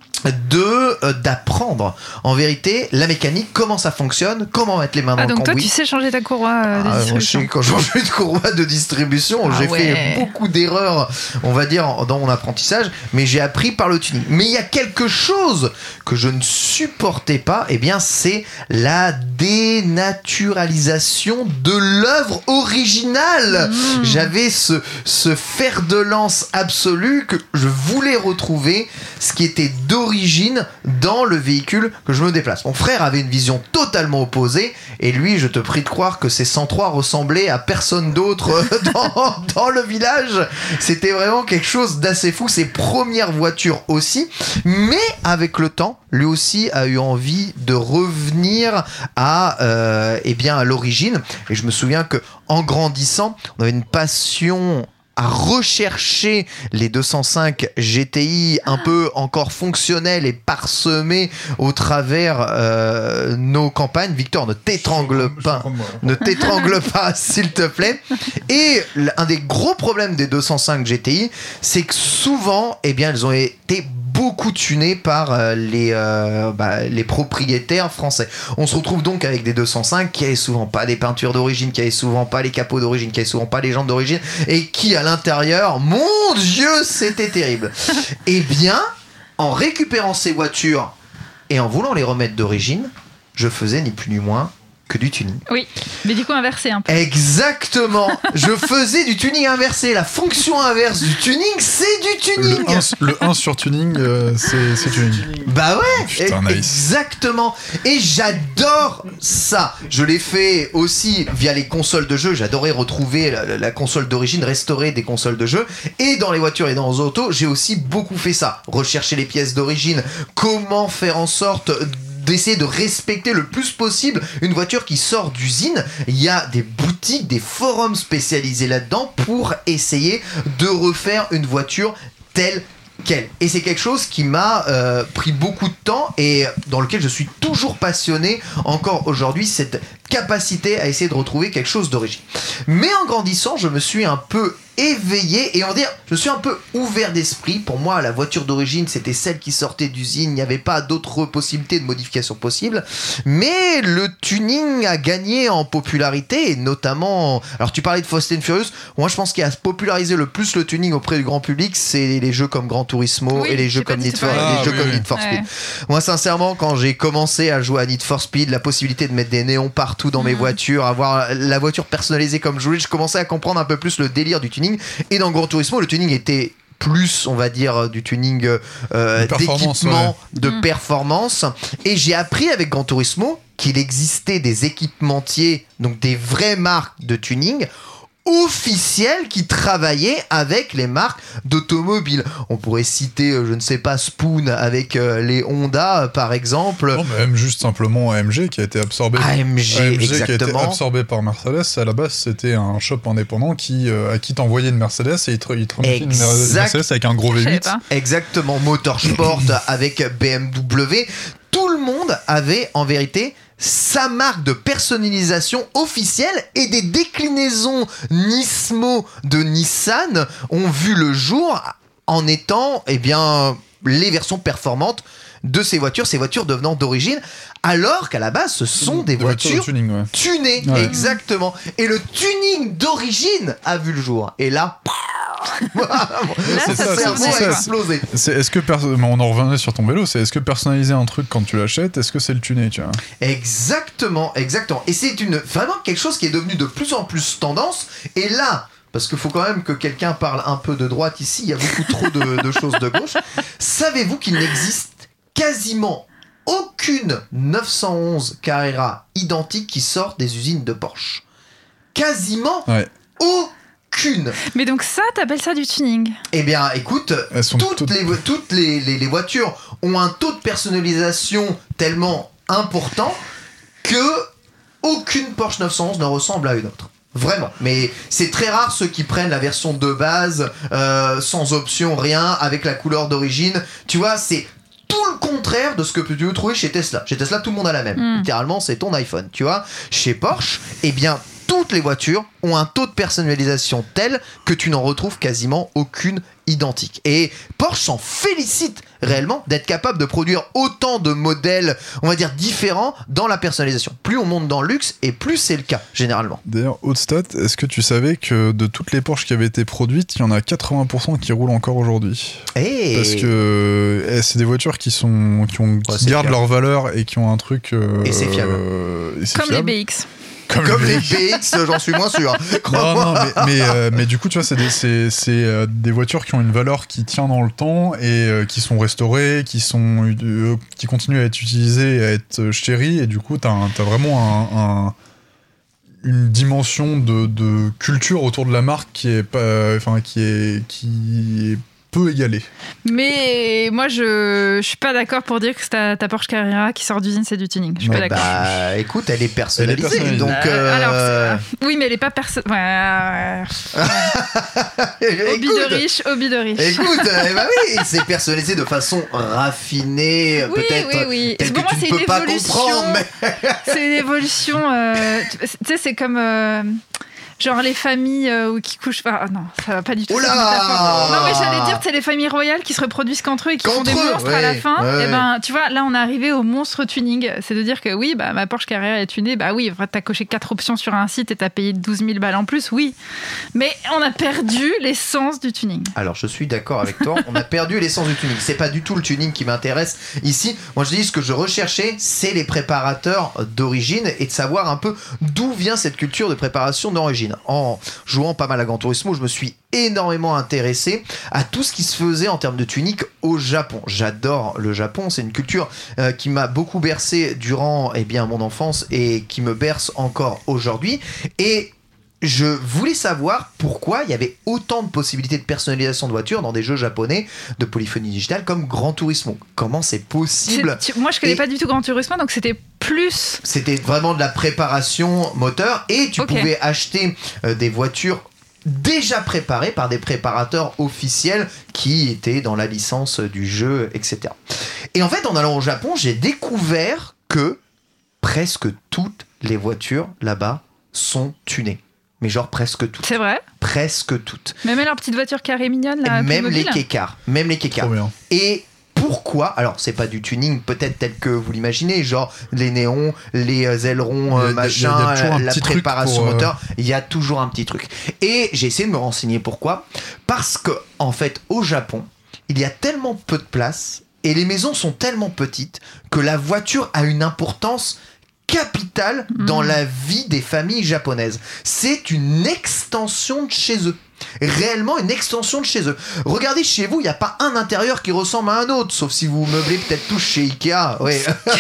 d'apprendre en vérité la mécanique, comment ça fonctionne, comment mettre les mains dans le cambouis. Donc toi tu sais changer ta courroie de distribution. Quand je change de courroie de distribution, j'ai fait beaucoup d'erreurs, on va dire, dans mon apprentissage, mais j'ai appris par le tuning. Mais il y a quelque chose que je ne supportais pas, et bien c'est la dénaturalisation de l'œuvre originale. J'avais ce fer de lance absolu que je voulais retrouver, ce qui était d'origine dans le véhicule que je me déplace. Mon frère avait une vision totalement opposée et lui, je te prie de croire que ces 103 ressemblaient à personne d'autre dans le village. C'était vraiment quelque chose d'assez fou. Ses premières voitures aussi, mais avec le temps, lui aussi a eu envie de revenir à l'origine. Et je me souviens que en grandissant, on avait une passion à rechercher les 205 GTI un peu encore fonctionnels et parsemés au travers nos campagnes. Victor, ne t'étrangle pas, s'il te plaît. Et un des gros problèmes des 205 GTI, c'est que souvent, elles ont été beaucoup tunées par les propriétaires français. On se retrouve donc avec des 205 qui avaient souvent pas des peintures d'origine, qui avaient souvent pas les capots d'origine, qui avaient souvent pas les jantes d'origine, et qui à l'intérieur, mon Dieu, c'était terrible. Eh bien, en récupérant ces voitures et en voulant les remettre d'origine, je faisais ni plus ni moins que du tuning. Oui, mais du coup inversé un peu. Exactement. Je faisais du tuning inversé. La fonction inverse du tuning, c'est du tuning. Le 1 sur tuning, c'est tuning. Bah ouais. Putain, nice. Exactement. Et j'adore ça. Je l'ai fait aussi via les consoles de jeu. J'adorais retrouver la console d'origine, restaurer des consoles de jeu. Et dans les voitures et dans les autos, j'ai aussi beaucoup fait ça. Rechercher les pièces d'origine. Comment faire en sorte d'essayer de respecter le plus possible une voiture qui sort d'usine. Il y a des boutiques, des forums spécialisés là-dedans pour essayer de refaire une voiture telle qu'elle. Et c'est quelque chose qui m'a pris beaucoup de temps et dans lequel je suis toujours passionné encore aujourd'hui, cette capacité à essayer de retrouver quelque chose d'origine. Mais en grandissant, je me suis un peu éveillé et on va dire, je suis un peu ouvert d'esprit. Pour moi, la voiture d'origine, c'était celle qui sortait d'usine. Il n'y avait pas d'autres possibilités de modification possibles. Mais le tuning a gagné en popularité et notamment... Alors, tu parlais de Fast and Furious. Moi, je pense qu'il a popularisé le plus le tuning auprès du grand public, c'est les jeux comme Gran Turismo et les jeux comme Need for Speed. Moi, sincèrement, quand j'ai commencé à jouer à Need for Speed, la possibilité de mettre des néons partout dans mes voitures, avoir la voiture personnalisée comme je voulais, je commençais à comprendre un peu plus le délire du tuning. Et dans Gran Turismo, le tuning était plus, on va dire, du tuning d'équipement, de performance. Et j'ai appris avec Gran Turismo qu'il existait des équipementiers, donc des vraies marques de tuning officiels qui travaillaient avec les marques d'automobiles. On pourrait citer, je ne sais pas, Spoon avec les Honda, par exemple. Non, mais même juste simplement AMG qui a été absorbé. AMG exactement. Qui a été absorbé par Mercedes. À la base, c'était un shop indépendant à qui t'envoyait une Mercedes et il te remettait une Mercedes avec un gros V8. Exactement. Motorsport avec BMW. Tout le monde avait, en vérité, sa marque de personnalisation officielle et des déclinaisons Nismo de Nissan ont vu le jour en étant, les versions performantes de ces voitures devenant d'origine, alors qu'à la base, ce sont des voitures tuning, tunées. Ouais. Exactement. Et le tuning d'origine a vu le jour. Et là... ça explosé. Est-ce que on en revenait sur ton vélo, est-ce que personnaliser un truc quand tu l'achètes, est-ce que c'est le tuner, tu vois? Exactement. Et c'est vraiment quelque chose qui est devenu de plus en plus tendance. Et là, parce qu'il faut quand même que quelqu'un parle un peu de droite ici, il y a beaucoup trop de choses de gauche. Savez-vous qu'il n'existe quasiment aucune 911 Carrera identique qui sort des usines de Porsche? Quasiment aucune. Mais donc ça, t'appelles ça du tuning? Eh bien, écoute, toutes les voitures ont un taux de personnalisation tellement important que aucune Porsche 911 ne ressemble à une autre. Vraiment. Mais c'est très rare ceux qui prennent la version de base, sans option, rien, avec la couleur d'origine. Tu vois, c'est tout le contraire de ce que tu peux trouver chez Tesla. Chez Tesla, tout le monde a la même. Littéralement, c'est ton iPhone, tu vois. Chez Porsche, eh bien... toutes les voitures ont un taux de personnalisation tel que tu n'en retrouves quasiment aucune identique. Et Porsche s'en félicite réellement d'être capable de produire autant de modèles, on va dire, différents dans la personnalisation. Plus on monte dans le luxe, et plus c'est le cas, généralement. D'ailleurs, haute stat, est-ce que tu savais que de toutes les Porsche qui avaient été produites, il y en a 80% qui roulent encore aujourd'hui? Parce que c'est des voitures qui gardent leur valeur et qui ont un truc... et c'est fiable. Comme les BX. Comme les BX, j'en suis moins sûr. Non, mais du coup, tu vois, c'est des voitures qui ont une valeur qui tient dans le temps et qui sont restaurées, qui continuent à être utilisées, à être chéries, et du coup, t'as vraiment une dimension de culture autour de la marque qui est peu égalée. Mais moi, je suis pas d'accord pour dire que ta Porsche Carrera qui sort d'usine, c'est du tuning. Je suis pas d'accord. Bah, écoute, elle est personnalisée. Donc, oui, mais elle est pas personnalisée. Hobby de riche. Écoute, oui, c'est personnalisé de façon raffinée, peut-être. Oui. Telle que moi, tu ne peux pas comprendre. Mais... c'est une évolution. Tu sais, c'est comme. Genre les familles qui couchent... Ah non, ça va pas du tout. Non, mais j'allais dire, c'est les familles royales qui se reproduisent qu'entre eux et qui font des monstres à la fin. Et ben, tu vois, là, on est arrivé au monstre tuning. C'est de dire que oui, bah, ma Porsche Carrera est tunée. Bah oui, t'as coché 4 options sur un site et t'as payé 12 000 balles en plus, oui. Mais on a perdu l'essence du tuning. Alors, je suis d'accord avec toi. On a perdu l'essence du tuning. C'est pas du tout le tuning qui m'intéresse ici. Moi, je dis, ce que je recherchais, c'est les préparateurs d'origine et de savoir un peu d'où vient cette culture de préparation d'origine. En jouant pas mal à Gran Turismo, je me suis énormément intéressé à tout ce qui se faisait en termes de tuning au Japon. J'adore le Japon, c'est une culture qui m'a beaucoup bercé durant mon enfance et qui me berce encore aujourd'hui. Et je voulais savoir pourquoi il y avait autant de possibilités de personnalisation de voitures dans des jeux japonais de polyphonie digitale comme Gran Turismo. Comment c'est possible? Moi, je connais pas du tout Gran Turismo, donc c'était vraiment de la préparation moteur et tu pouvais acheter des voitures déjà préparées par des préparateurs officiels qui étaient dans la licence du jeu, etc. Et en fait, en allant au Japon, j'ai découvert que presque toutes les voitures là-bas sont tunées. Mais genre presque toutes. C'est vrai? Presque toutes. Même leur petite voiture carrée mignonne là. Même les Kekar. Trop bien. Et pourquoi? Alors, c'est pas du tuning peut-être tel que vous l'imaginez, genre les néons, les ailerons, la préparation moteur. Il y a toujours un petit truc. Et j'ai essayé de me renseigner pourquoi. Parce que, en fait, au Japon, il y a tellement peu de place et les maisons sont tellement petites que la voiture a une importance capitale dans la vie des familles japonaises. C'est une extension de chez eux. Réellement une extension de chez eux. Regardez chez vous, il n'y a pas un intérieur qui ressemble à un autre, sauf si vous meublez peut-être tous chez Ikea. Ouais.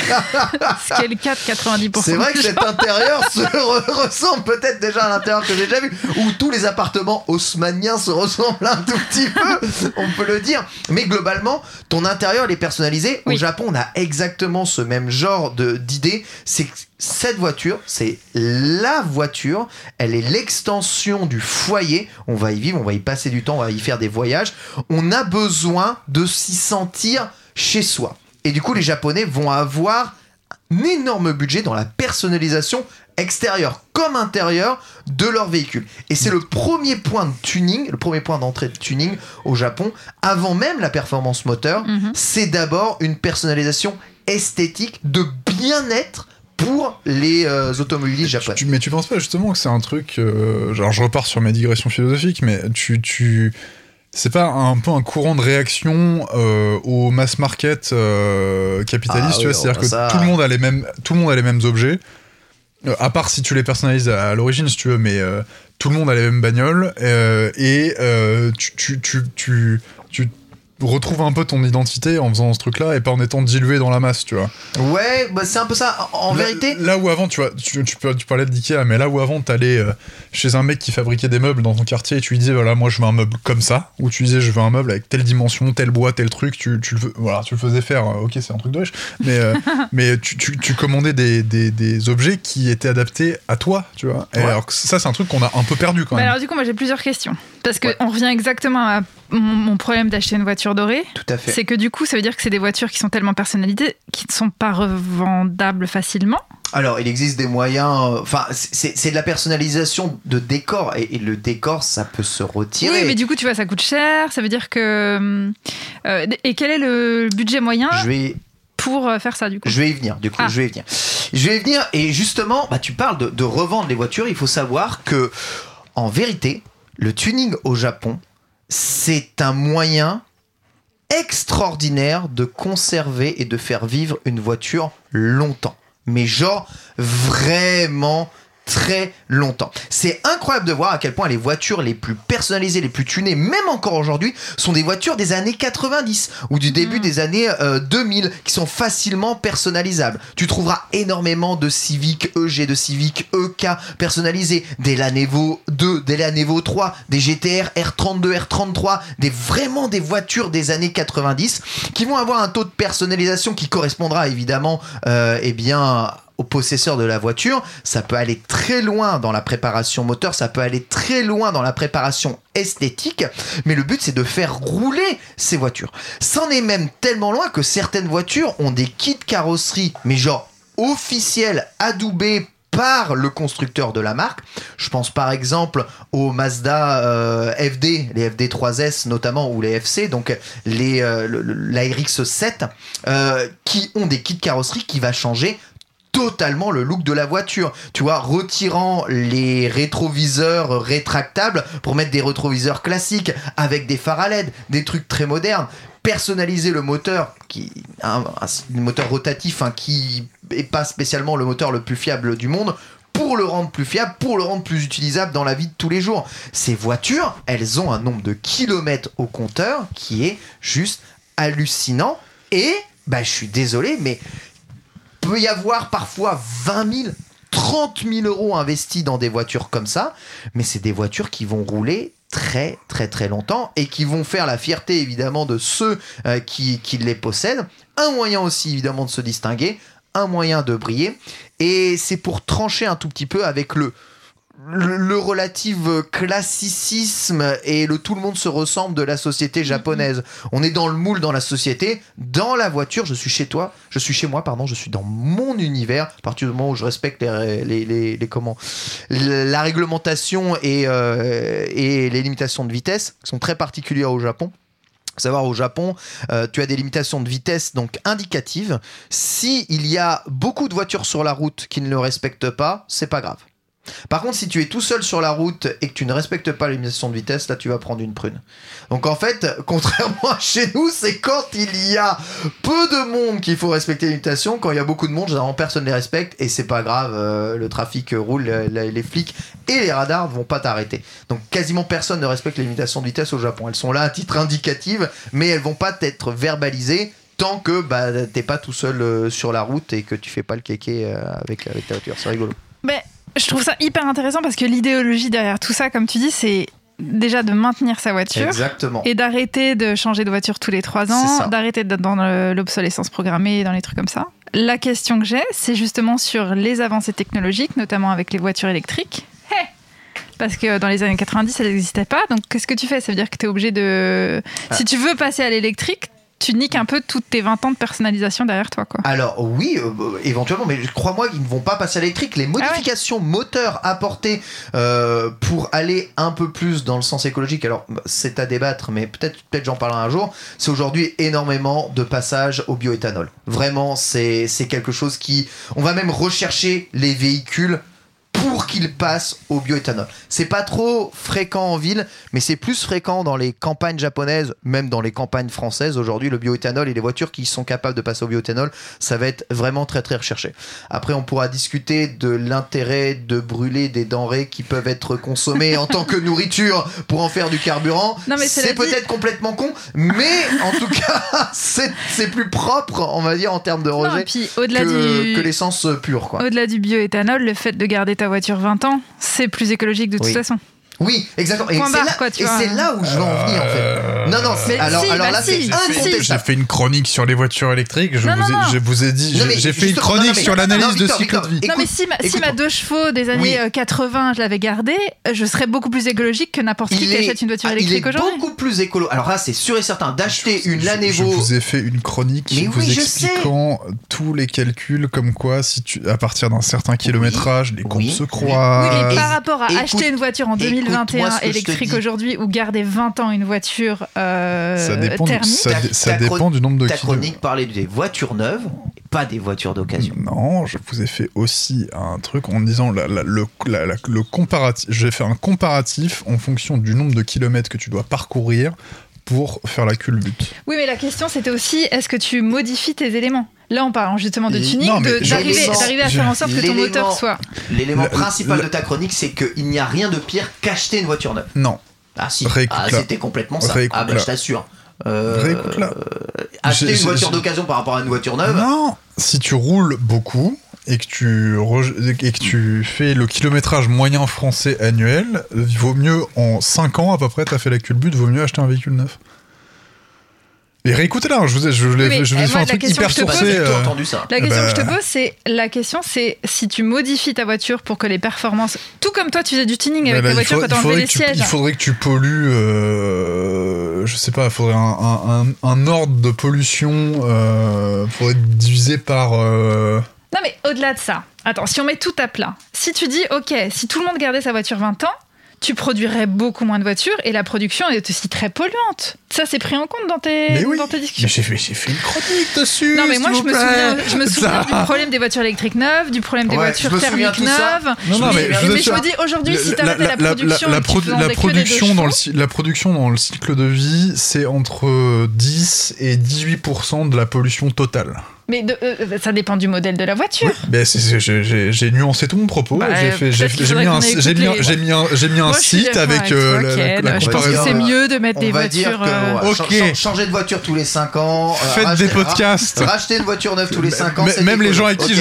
Ce qui est le cas de 90%. C'est vrai que cet intérieur ressemble peut-être déjà à l'intérieur que j'ai déjà vu, où tous les appartements haussmanniens se ressemblent un tout petit peu, on peut le dire. Mais globalement, ton intérieur il est personnalisé. Au Japon, on a exactement ce même genre d'idée. C'est cette voiture, c'est la voiture, elle est l'extension du foyer, on va y vivre, on va y passer du temps, on va y faire des voyages, on a besoin de s'y sentir chez soi. Et du coup, les Japonais vont avoir énorme budget dans la personnalisation extérieure comme intérieure de leur véhicule. Et c'est le premier point de tuning, le premier point d'entrée de tuning au Japon, avant même la performance moteur, c'est d'abord une personnalisation esthétique de bien-être pour les automobilistes japonais. Mais tu penses pas justement que c'est un truc... genre je repars sur mes digressions philosophiques, mais c'est pas un peu un courant de réaction au mass market capitaliste, tu vois, c'est-à-dire que tout le monde a les mêmes objets, à part si tu les personnalises à l'origine, si tu veux, mais tout le monde a les mêmes bagnoles, et tu retrouves un peu ton identité en faisant ce truc-là et pas en étant dilué dans la masse, tu vois. Ouais, bah c'est un peu ça. En vérité... Là où avant, tu vois, tu parlais d'Ikea, mais là où avant, t'allais chez un mec qui fabriquait des meubles dans ton quartier et tu lui disais, voilà, moi je veux un meuble comme ça, ou tu disais, je veux un meuble avec telle dimension, tel bois, tel truc, tu le faisais faire, ok, c'est un truc de riche, mais tu commandais des objets qui étaient adaptés à toi, tu vois. Et alors ça, c'est un truc qu'on a un peu perdu quand même. Alors du coup, moi j'ai plusieurs questions. Parce qu'on revient exactement à mon problème d'acheter une voiture dorée. Tout à fait. C'est que du coup, ça veut dire que c'est des voitures qui sont tellement personnalisées qui ne sont pas revendables facilement. Alors, il existe des moyens... Enfin, c'est de la personnalisation de décor. Et le décor, ça peut se retirer. Oui, mais du coup, tu vois, ça coûte cher. Ça veut dire que... et quel est le budget moyen pour faire ça, du coup? Je vais y venir, je vais y venir. Et justement, tu parles de revendre les voitures. Il faut savoir que, en vérité, le tuning au Japon, c'est un moyen extraordinaire de conserver et de faire vivre une voiture longtemps. Mais genre vraiment très longtemps. C'est incroyable de voir à quel point les voitures les plus personnalisées, les plus tunées, même encore aujourd'hui, sont des voitures des années 90 ou du début des années 2000 qui sont facilement personnalisables. Tu trouveras énormément de Civic EG, de Civic EK personnalisés, des Lanevo 2, des Lanevo 3, des GTR R32, R33, vraiment des voitures des années 90 qui vont avoir un taux de personnalisation qui correspondra évidemment au possesseur de la voiture. Ça peut aller très loin dans la préparation moteur, ça peut aller très loin dans la préparation esthétique, mais le but c'est de faire rouler ces voitures. C'en est même tellement loin que certaines voitures ont des kits carrosserie, mais genre officiels, adoubés par le constructeur de la marque. Je pense par exemple aux Mazda FD, les FD3S notamment, ou les FC, donc la RX-7, qui ont des kits carrosserie qui va changer totalement le look de la voiture. Tu vois, retirant les rétroviseurs rétractables pour mettre des rétroviseurs classiques avec des phares à LED, des trucs très modernes. Personnaliser le moteur, un moteur rotatif qui n'est pas spécialement le moteur le plus fiable du monde, pour le rendre plus fiable, pour le rendre plus utilisable dans la vie de tous les jours. Ces voitures, elles ont un nombre de kilomètres au compteur qui est juste hallucinant. Et, je suis désolé, mais peut y avoir parfois 20 000, 30 000 euros investis dans des voitures comme ça, mais c'est des voitures qui vont rouler très très très longtemps et qui vont faire la fierté évidemment de ceux qui les possèdent. Un moyen aussi évidemment de se distinguer, un moyen de briller, et c'est pour trancher un tout petit peu avec le relatif classicisme et le tout le monde se ressemble de la société japonaise. On est dans le moule dans la société, dans la voiture, je suis chez moi, je suis dans mon univers, à partir du moment où je respecte la réglementation et les limitations de vitesse qui sont très particulières au Japon. Faut savoir, au Japon, tu as des limitations de vitesse donc indicatives. Si il y a beaucoup de voitures sur la route qui ne le respectent pas, c'est pas grave. Par contre, si tu es tout seul sur la route et que tu ne respectes pas les limitations de vitesse, là tu vas prendre une prune. Donc en fait, contrairement à chez nous, c'est quand il y a peu de monde qu'il faut respecter les limitations. Quand il y a beaucoup de monde, généralement personne ne les respecte et c'est pas grave, le trafic roule, les flics et les radars ne vont pas t'arrêter. Donc quasiment personne ne respecte les limitations de vitesse au Japon. Elles sont là à titre indicatif, mais elles vont pas être verbalisées tant que t'es pas tout seul sur la route et que tu fais pas le kéké avec ta voiture. C'est rigolo. Mais je trouve ça hyper intéressant parce que l'idéologie derrière tout ça, comme tu dis, c'est déjà de maintenir sa voiture. Exactement. Et d'arrêter de changer de voiture tous les 3 ans, d'arrêter d'être dans l'obsolescence programmée, dans les trucs comme ça. La question que j'ai, c'est justement sur les avancées technologiques, notamment avec les voitures électriques. Parce que dans les années 90, ça n'existait pas. Donc, qu'est-ce que tu fais ? Ça veut dire que tu es obligé de... Si tu veux passer à l'électrique, tu niques un peu toutes tes 20 ans de personnalisation derrière toi, quoi. Alors oui, éventuellement, mais crois-moi qu'ils ne vont pas passer à l'électrique. Les modifications moteurs apportées pour aller un peu plus dans le sens écologique, alors c'est à débattre, mais peut-être j'en parlerai un jour, c'est aujourd'hui énormément de passage au bioéthanol. Vraiment, c'est quelque chose qui... On va même rechercher les véhicules pour qu'ils passent au bioéthanol. C'est pas trop fréquent en ville, mais c'est plus fréquent dans les campagnes japonaises, même dans les campagnes françaises. Aujourd'hui, le bioéthanol et les voitures qui sont capables de passer au bioéthanol, ça va être vraiment très très recherché. Après, on pourra discuter de l'intérêt de brûler des denrées qui peuvent être consommées en tant que nourriture pour en faire du carburant. Non, mais c'est peut-être complètement con, mais en tout cas, c'est plus propre, on va dire, en termes de rejet, que l'essence pure, quoi. Au-delà du bioéthanol, le fait de garder ta voiture 20 ans, c'est plus écologique de toute façon. Oui, exactement. Et c'est là où je veux en venir, en fait. Non, c'est incontestable. J'ai fait une chronique sur les voitures électriques. Je vous ai dit, j'ai fait une chronique sur l'analyse de cycle de vie. Non, mais si ma 2 chevaux des années 80, je l'avais gardée, je serais beaucoup plus écologique que n'importe qui achète une voiture électrique aujourd'hui. Il est beaucoup plus écolo. Alors là, c'est sûr et certain, d'acheter une Lanevo. Je vous ai fait une chronique vous expliquant tous les calculs, comme quoi, à partir d'un certain kilométrage, les courbes se croisent. Oui, mais par rapport à acheter une voiture en 2021 électrique aujourd'hui ou garder 20 ans une voiture thermique. Ça dépend du nombre de kilos. Ta chronique parlait des voitures neuves, pas des voitures d'occasion. Non, je vous ai fait aussi un truc en disant le comparatif. J'ai fait un comparatif en fonction du nombre de kilomètres que tu dois parcourir pour faire la culbute. Oui, mais la question c'était aussi, est-ce que tu modifies tes éléments ? Là, on parle justement de tuning, d'arriver à faire en sorte que ton moteur soit... L'élément principal de ta chronique, c'est qu'il n'y a rien de pire qu'acheter une voiture neuve. Non. Ah si, c'était complètement ça. Je t'assure. Acheter une voiture d'occasion par rapport à une voiture neuve... Non, si tu roules beaucoup et que tu fais le kilométrage moyen français annuel, il vaut mieux, en 5 ans à peu près, t'as fait la culbute, vaut mieux acheter un véhicule neuf. Et réécoutez là, je vous ai fait un truc hyper sourcé. La question que je te pose, c'est si tu modifies ta voiture pour que les performances, tout comme toi tu faisais du tuning avec ta voiture quand t'enlevais les sièges. Il faudrait que tu pollues, je sais pas, il faudrait un ordre de pollution, faudrait diviser par... Non mais au-delà de ça, attends, si on met tout à plat, si tu dis ok, si tout le monde gardait sa voiture 20 ans, tu produirais beaucoup moins de voitures et la production est aussi très polluante. Ça, c'est pris en compte dans tes discussions. Mais j'ai fait une chronique dessus. Non, mais moi, je me souviens du problème des voitures électriques neuves, du problème des voitures thermiques neuves. Mais je me dis, aujourd'hui, si t'arrêtais la production, la production dans le cycle de vie, c'est entre 10 et 18% de la pollution totale. Mais ça dépend du modèle de la voiture. Oui, j'ai nuancé tout mon propos. J'ai mis un site avec la je pense que c'est mieux de mettre des voitures. Changer de voiture tous les 5 ans. Faites des podcasts. Racheter une voiture neuve tous les 5 ans. Même les gens avec qui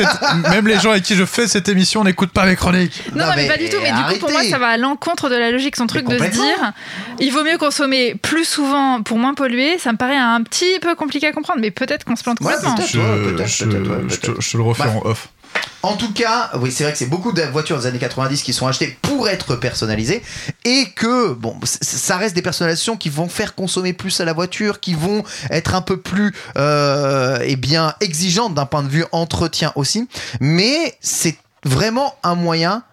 je fais cette émission n'écoutent pas mes chroniques. Non, mais pas du tout. Mais du coup, pour moi, ça va à l'encontre de la logique. Son truc de se dire, il vaut mieux consommer plus souvent pour moins polluer. Ça me paraît un petit peu compliqué à comprendre, mais peut-être qu'on se plante complètement. Je te le refais en off. En tout cas, oui, c'est vrai que c'est beaucoup de voitures des années 90 qui sont achetées pour être personnalisées et que, bon, ça reste des personnalisations qui vont faire consommer plus à la voiture, qui vont être un peu plus, exigeantes d'un point de vue entretien aussi. Mais c'est vraiment un moyen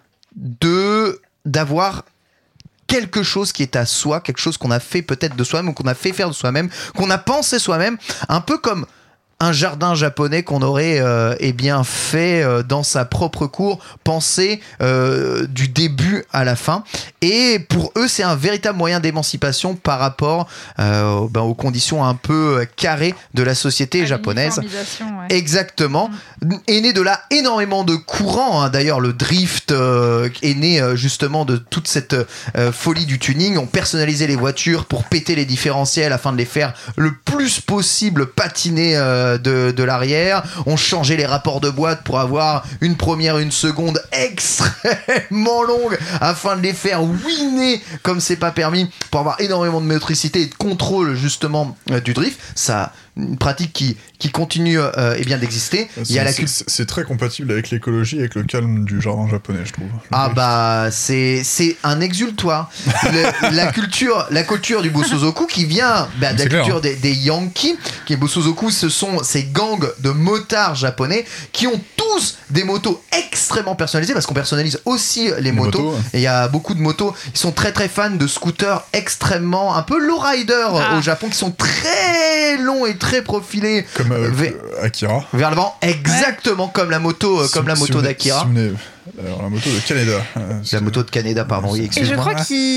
d'avoir quelque chose qui est à soi, quelque chose qu'on a fait peut-être de soi-même ou qu'on a fait faire de soi-même, qu'on a pensé soi-même, un peu comme un jardin japonais qu'on aurait fait dans sa propre cour, pensé du début à la fin. Et pour eux, c'est un véritable moyen d'émancipation par rapport aux conditions un peu carrées de la société japonaise. Ouais. Exactement. Est né de là énormément de courants. D'ailleurs, le drift est né justement de toute cette folie du tuning. On personnalisait les voitures pour péter les différentiels afin de les faire le plus possible patiner de l'arrière. On changeait les rapports de boîte pour avoir une première, une seconde extrêmement longue afin de les faire winner comme c'est pas permis, pour avoir énormément de motricité et de contrôle justement du drift. Ça une pratique qui continue et bien d'exister. C'est très compatible avec l'écologie et avec le calme du jardin japonais, je trouve. Ah bah c'est un exultoire. La culture du Bosozoku qui vient de la culture des Yankees. Qui est Bosozoku, ce sont ces gangs de motards japonais qui ont tous des motos extrêmement personnalisées parce qu'on personnalise aussi les motos. Et il y a beaucoup de motos. Ils sont très très fans de scooters extrêmement un peu lowrider au Japon qui sont très longs et très profilés. Comme Akira. Vers le vent, exactement comme la moto, d'Akira. Alors, la moto de Kaneda. La moto de Kaneda, pardon. Oui, excuse-moi. Et je crois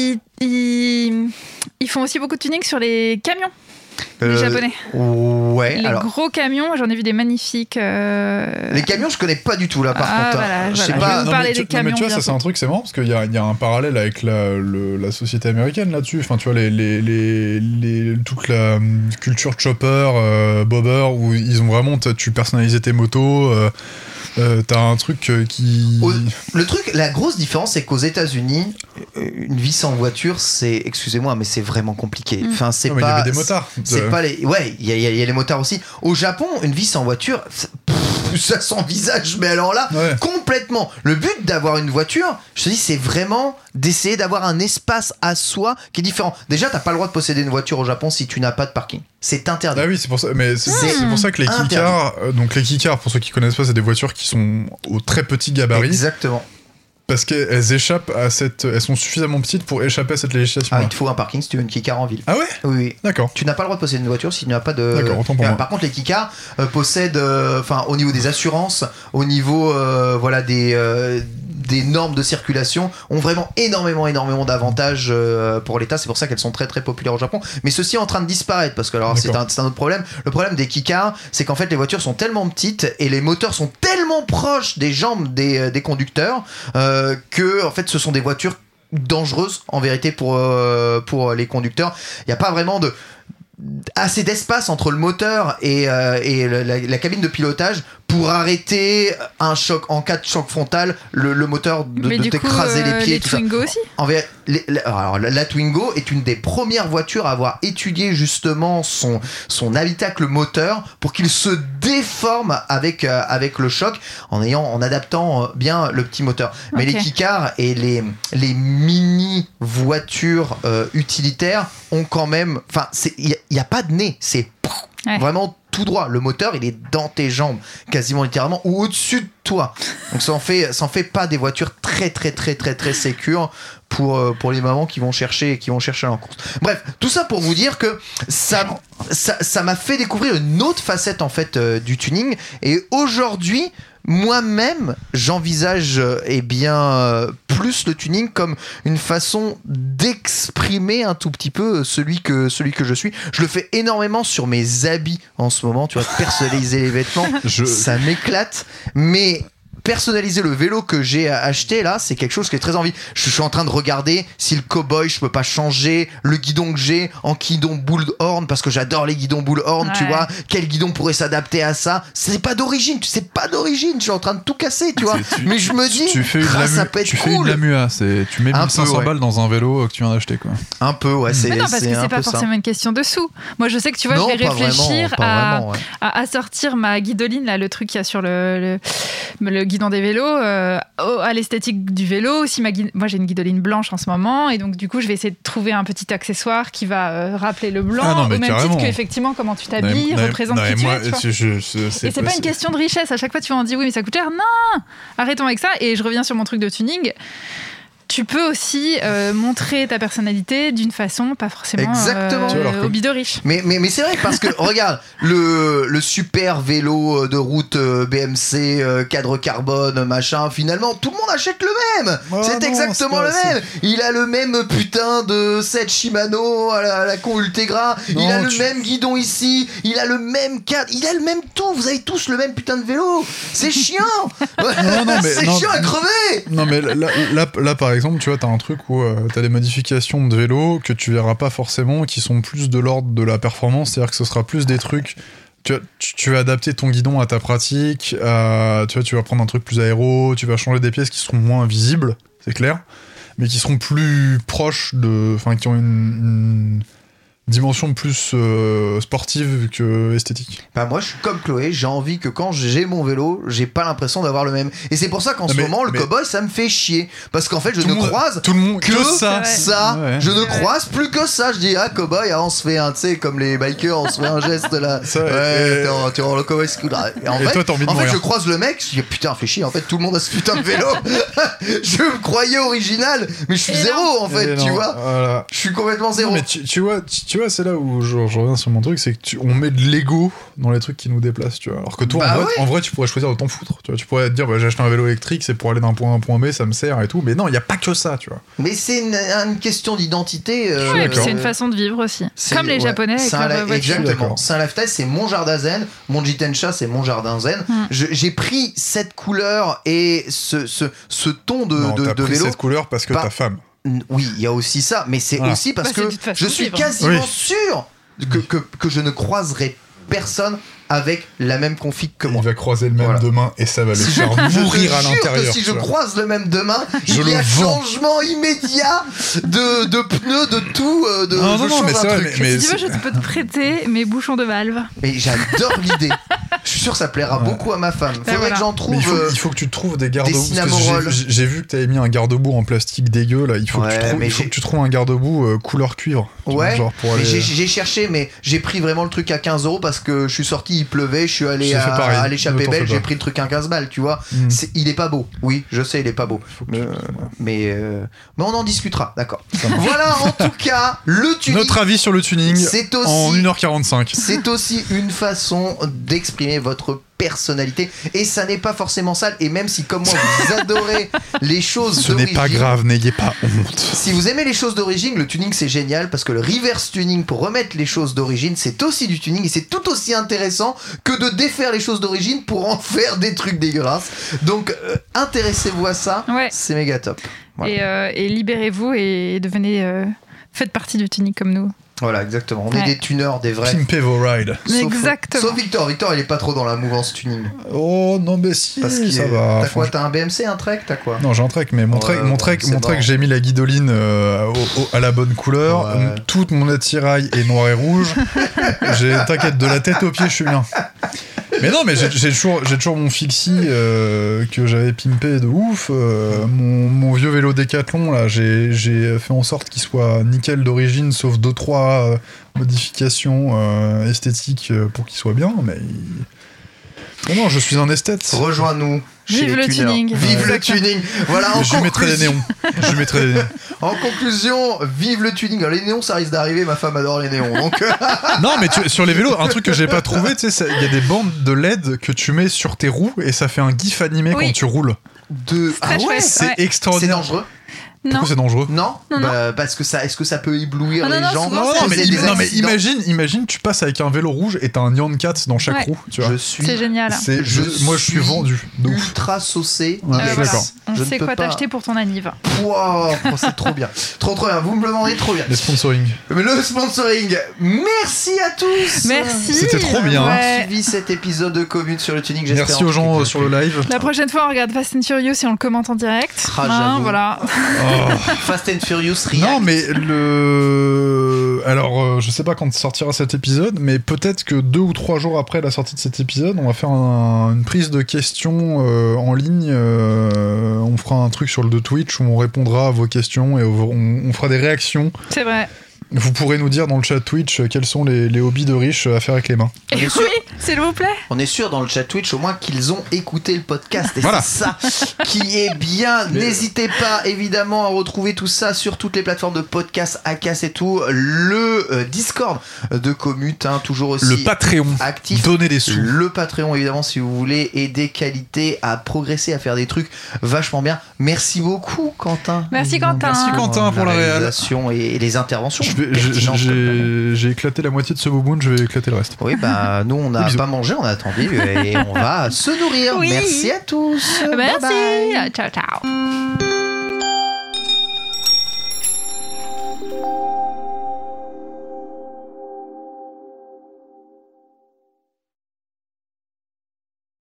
qu'ils font aussi beaucoup de tuning sur les camions. Les Japonais. Ouais. Les gros camions, j'en ai vu des magnifiques. Les camions, je connais pas du tout là, par contre. Voilà, je sais pas. Je vais vous parler des camions. Mais tu vois, ça c'est un truc, c'est marrant parce qu'il y a un parallèle avec la société américaine là-dessus. Enfin, tu vois, toute la culture chopper, bobber, où ils ont vraiment, tu personnalisais tes motos. T'as un truc qui... Le truc, la grosse différence, c'est qu'aux États-Unis, une vie sans voiture, c'est, excusez-moi, mais c'est vraiment compliqué. Enfin, c'est pas. Il y avait des motards. C'est pas les. Ouais, il y a les motards aussi. Au Japon, une vie sans voiture, ça s'envisage, mais alors là, complètement. Le but d'avoir une voiture, je te dis, c'est vraiment d'essayer d'avoir un espace à soi qui est différent. Déjà, t'as pas le droit de posséder une voiture au Japon si tu n'as pas de parking. C'est interdit. Ah oui, c'est pour ça. Mais c'est pour ça que les kikars, donc les kikars, pour ceux qui connaissent pas, c'est des voitures qui sont au très petit gabarit. Exactement. Parce qu'elles échappent à elles sont suffisamment petites pour échapper à cette législation. Il te faut un parking si tu veux une kikar en ville. Ah ouais ? Oui. D'accord. Tu n'as pas le droit de posséder une voiture si tu n'as pas de. D'accord, autant pour moi. Par contre, les kikars possèdent, au niveau des assurances, au niveau des normes de circulation, ont vraiment énormément d'avantages pour l'État. C'est pour ça qu'elles sont très très populaires au Japon. Mais ceci est en train de disparaître parce que alors c'est un autre problème. Le problème des kikars, c'est qu'en fait les voitures sont tellement petites et les moteurs sont tellement proches des jambes des conducteurs que en fait ce sont des voitures dangereuses en vérité pour les conducteurs. Il n'y a pas vraiment assez d'espace entre le moteur et la cabine de pilotage pour arrêter un choc en cas de choc frontal, le moteur de t'écraser les pieds. Les Twingo aussi. Alors la Twingo est une des premières voitures à avoir étudié justement son habitacle moteur pour qu'il se déforme avec le choc en adaptant bien le petit moteur. Mais les kikars et les mini voitures utilitaires ont quand même, enfin il y a pas de nez, c'est vraiment tout droit. Le moteur, il est dans tes jambes, quasiment littéralement, ou au-dessus de toi. Donc ça en fait pas des voitures très très très très très sécures pour les mamans qui vont chercher leur course. Bref, tout ça pour vous dire que ça m'a fait découvrir une autre facette en fait du tuning. Et aujourd'hui, moi-même, j'envisage plus le tuning comme une façon d'exprimer un tout petit peu celui que je suis. Je le fais énormément sur mes habits en ce moment, tu vois, personnaliser les vêtements, ça m'éclate, mais personnaliser le vélo que j'ai acheté là, c'est quelque chose qui est très envie. Je suis en train de regarder si le cowboy, je peux pas changer le guidon que j'ai en guidon bullhorn parce que j'adore les guidons bullhorn, tu vois. Quel guidon pourrait s'adapter à ça ? C'est pas d'origine, je suis en train de tout casser, tu vois. Mais je me dis, ça peut être cool. Tu fais une Lamua, tu mets 1500 balles dans un vélo que tu viens d'acheter, quoi. Un peu, ouais. Mais non, parce que c'est pas forcément une question de sous. Moi, je sais que tu vois, je vais réfléchir à sortir ma guidoline, là, le truc qu'il y a sur le guidon des vélos, à l'esthétique du vélo. Aussi moi j'ai une guidoline blanche en ce moment et donc du coup je vais essayer de trouver un petit accessoire qui va rappeler le blanc, au même titre qu'effectivement comment tu t'habilles représente qui tu es. Et c'est pas une question de richesse. À chaque fois tu m'en dis oui mais ça coûte cher. Non, arrêtons avec ça. Et je reviens sur mon truc de tuning. Tu peux aussi montrer ta personnalité d'une façon pas forcément hobby de riche. Mais c'est vrai parce que regarde le super vélo de route BMC cadre carbone machin, finalement tout le monde achète le même. C'est exactement le même. Il a le même putain de set Shimano à la con Ultegra. Il a le même guidon ici. Il a le même cadre. Il a le même tout. Vous avez tous le même putain de vélo. C'est chiant. C'est chiant à crever. Non mais là par exemple, tu vois, t'as un truc où t'as des modifications de vélo que tu verras pas forcément, qui sont plus de l'ordre de la performance, c'est-à-dire que ce sera plus des trucs. Tu vas adapter ton guidon à ta pratique, tu vas prendre un truc plus aéro, tu vas changer des pièces qui seront moins visibles, c'est clair, mais qui seront plus proches de. Enfin, qui ont dimension plus sportive que esthétique. Bah moi je suis comme Chloé, j'ai envie que quand j'ai mon vélo, j'ai pas l'impression d'avoir le même. Et c'est pour ça qu'en ce moment le cowboy ça me fait chier parce qu'en fait je ne croise que ça. Ouais. Je ne croise plus que ça. Je dis cowboy, on se fait un, tu sais, comme les bikers, on se fait un geste là. Tu rends le cowboy scooter. Et en fait je croise le mec, je dis putain fais chier, en fait tout le monde a ce putain de vélo. Je me croyais original, mais je suis zéro en fait, tu vois. Voilà. Je suis complètement zéro. Non, mais tu vois, c'est là où je reviens sur mon truc, c'est que on met de l'ego dans les trucs qui nous déplacent, tu vois. Alors que toi, en vrai, tu pourrais choisir de t'en foutre, tu vois. Tu pourrais te dire, j'ai acheté un vélo électrique, c'est pour aller d'un point A à un point B, ça me sert et tout. Mais non, il y a pas que ça, tu vois. Mais c'est une question d'identité. C'est une façon de vivre aussi. Comme les Japonais avec leur voiture. Exactement. C'est un lifestyle, c'est mon jardin zen. Mon Jitensha, c'est mon jardin zen. J'ai pris cette couleur et ce ton de vélo. T'as pris cette couleur parce que ta femme. Oui, il y a aussi ça, mais c'est aussi parce que je suis quasiment sûr que je ne croiserai personne avec la même config que moi. Il va croiser le même demain et ça va le faire mourir à l'intérieur. Si je croise le même demain, il y a changement immédiat de pneus, de tout. Non, mais c'est vrai. Mais si tu veux, je peux te prêter mes bouchons de valve. Mais j'adore l'idée. Je suis sûr que ça plaira beaucoup à ma femme. Faudrait que j'en trouve. Il faut que tu trouves des garde-boue. J'ai vu que t'avais mis un garde-boue en plastique dégueu là. Il faut que tu trouves un garde-boue couleur cuivre. Ouais. Genre pour aller... J'ai cherché, mais j'ai pris vraiment le truc à 15 € parce que je suis sorti, il pleuvait, je suis allé à l'échappée belle, j'ai pris le truc à 15 balles, tu vois. Il est pas beau. Oui, je sais, il est pas beau. Mais on en discutera, d'accord. Voilà, en tout cas, le tuning. Notre avis sur le tuning en 1h45. C'est aussi une façon d'exprimer votre personnalité et ça n'est pas forcément sale, et même si comme moi vous adorez les choses d'origine, ce n'est pas grave, n'ayez pas honte. Si vous aimez les choses d'origine, le tuning c'est génial parce que le reverse tuning pour remettre les choses d'origine c'est aussi du tuning et c'est tout aussi intéressant que de défaire les choses d'origine pour en faire des trucs dégueulasses. Donc intéressez-vous à ça, c'est méga top. Voilà. Et libérez-vous et devenez faites partie du tuning comme nous. Voilà, exactement. On est des tuneurs, des vrais. Pimpez vos rides. Exactement. Sauf Victor. Victor, il est pas trop dans la mouvance tuning. Oh non, mais si, parce ça va. T'as quoi? T'as un BMC, un Trek? T'as quoi? Non, j'ai un Trek, mais mon Trek, j'ai mis la guidoline à la bonne couleur. Ouais. Toute mon attirail est noir et rouge. T'inquiète, de la tête aux pieds, je suis bien. Mais non, mais j'ai toujours mon fixie que j'avais pimpé de ouf. Mon vieux vélo Décathlon, là, j'ai fait en sorte qu'il soit nickel d'origine, sauf 2-3 modifications esthétiques pour qu'il soit bien. Mais non, je suis un esthète. Rejoins-nous. Vive le tuning. Vive le tuning. Voilà. Je mettrai les néons. En conclusion, vive le tuning. Alors, les néons, ça risque d'arriver. Ma femme adore les néons. Donc... Non, mais sur les vélos, un truc que j'ai pas trouvé, tu sais, il y a des bandes de LED que tu mets sur tes roues et ça fait un gif animé quand tu roules. C'est extraordinaire. C'est dangereux. Pourquoi c'est dangereux? Non. Parce que est-ce que ça peut éblouir les gens? Non, mais imagine, tu passes avec un vélo rouge et t'as un Nyan 4 dans chaque roue, tu vois. C'est génial. Moi, je suis vendu. Ultra saucé. D'accord. On sait quoi t'acheter pour ton anniv. Wow, c'est trop bien. Trop bien. Vous me le demandez trop bien. Le sponsoring. Merci à tous. Merci. C'était trop bien. On suivi cet épisode de Commute sur le tuning. Merci aux gens sur le live. La prochaine fois, on regarde Fast and Furious et on le commente en direct. Voilà. Fast and Furious React. Non, mais alors je sais pas quand sortira cet épisode, mais peut-être que 2 ou 3 jours après la sortie de cet épisode, on va faire une prise de questions en ligne. On fera un truc sur le Twitch où on répondra à vos questions et on fera des réactions. C'est vrai. Vous pourrez nous dire dans le chat Twitch quels sont les hobbies de riches à faire avec les mains. Et oui, s'il vous plaît. On est sûr dans le chat Twitch au moins qu'ils ont écouté le podcast. Et voilà. C'est ça qui est bien. N'hésitez pas évidemment à retrouver tout ça sur toutes les plateformes de podcast, Acas et tout. Le Discord de Commute, toujours aussi le Patreon, actif. Donnez des sous. Le Patreon évidemment si vous voulez aider Qualité à progresser, à faire des trucs vachement bien. Merci beaucoup Quentin. Merci Quentin pour la réalisation et les interventions. J'ai éclaté la moitié de ce bouboune, je vais éclater le reste. Oui, nous on n'a pas mangé, on a attendu et on va se nourrir. Oui. Merci à tous. Merci. Bye bye. Ciao.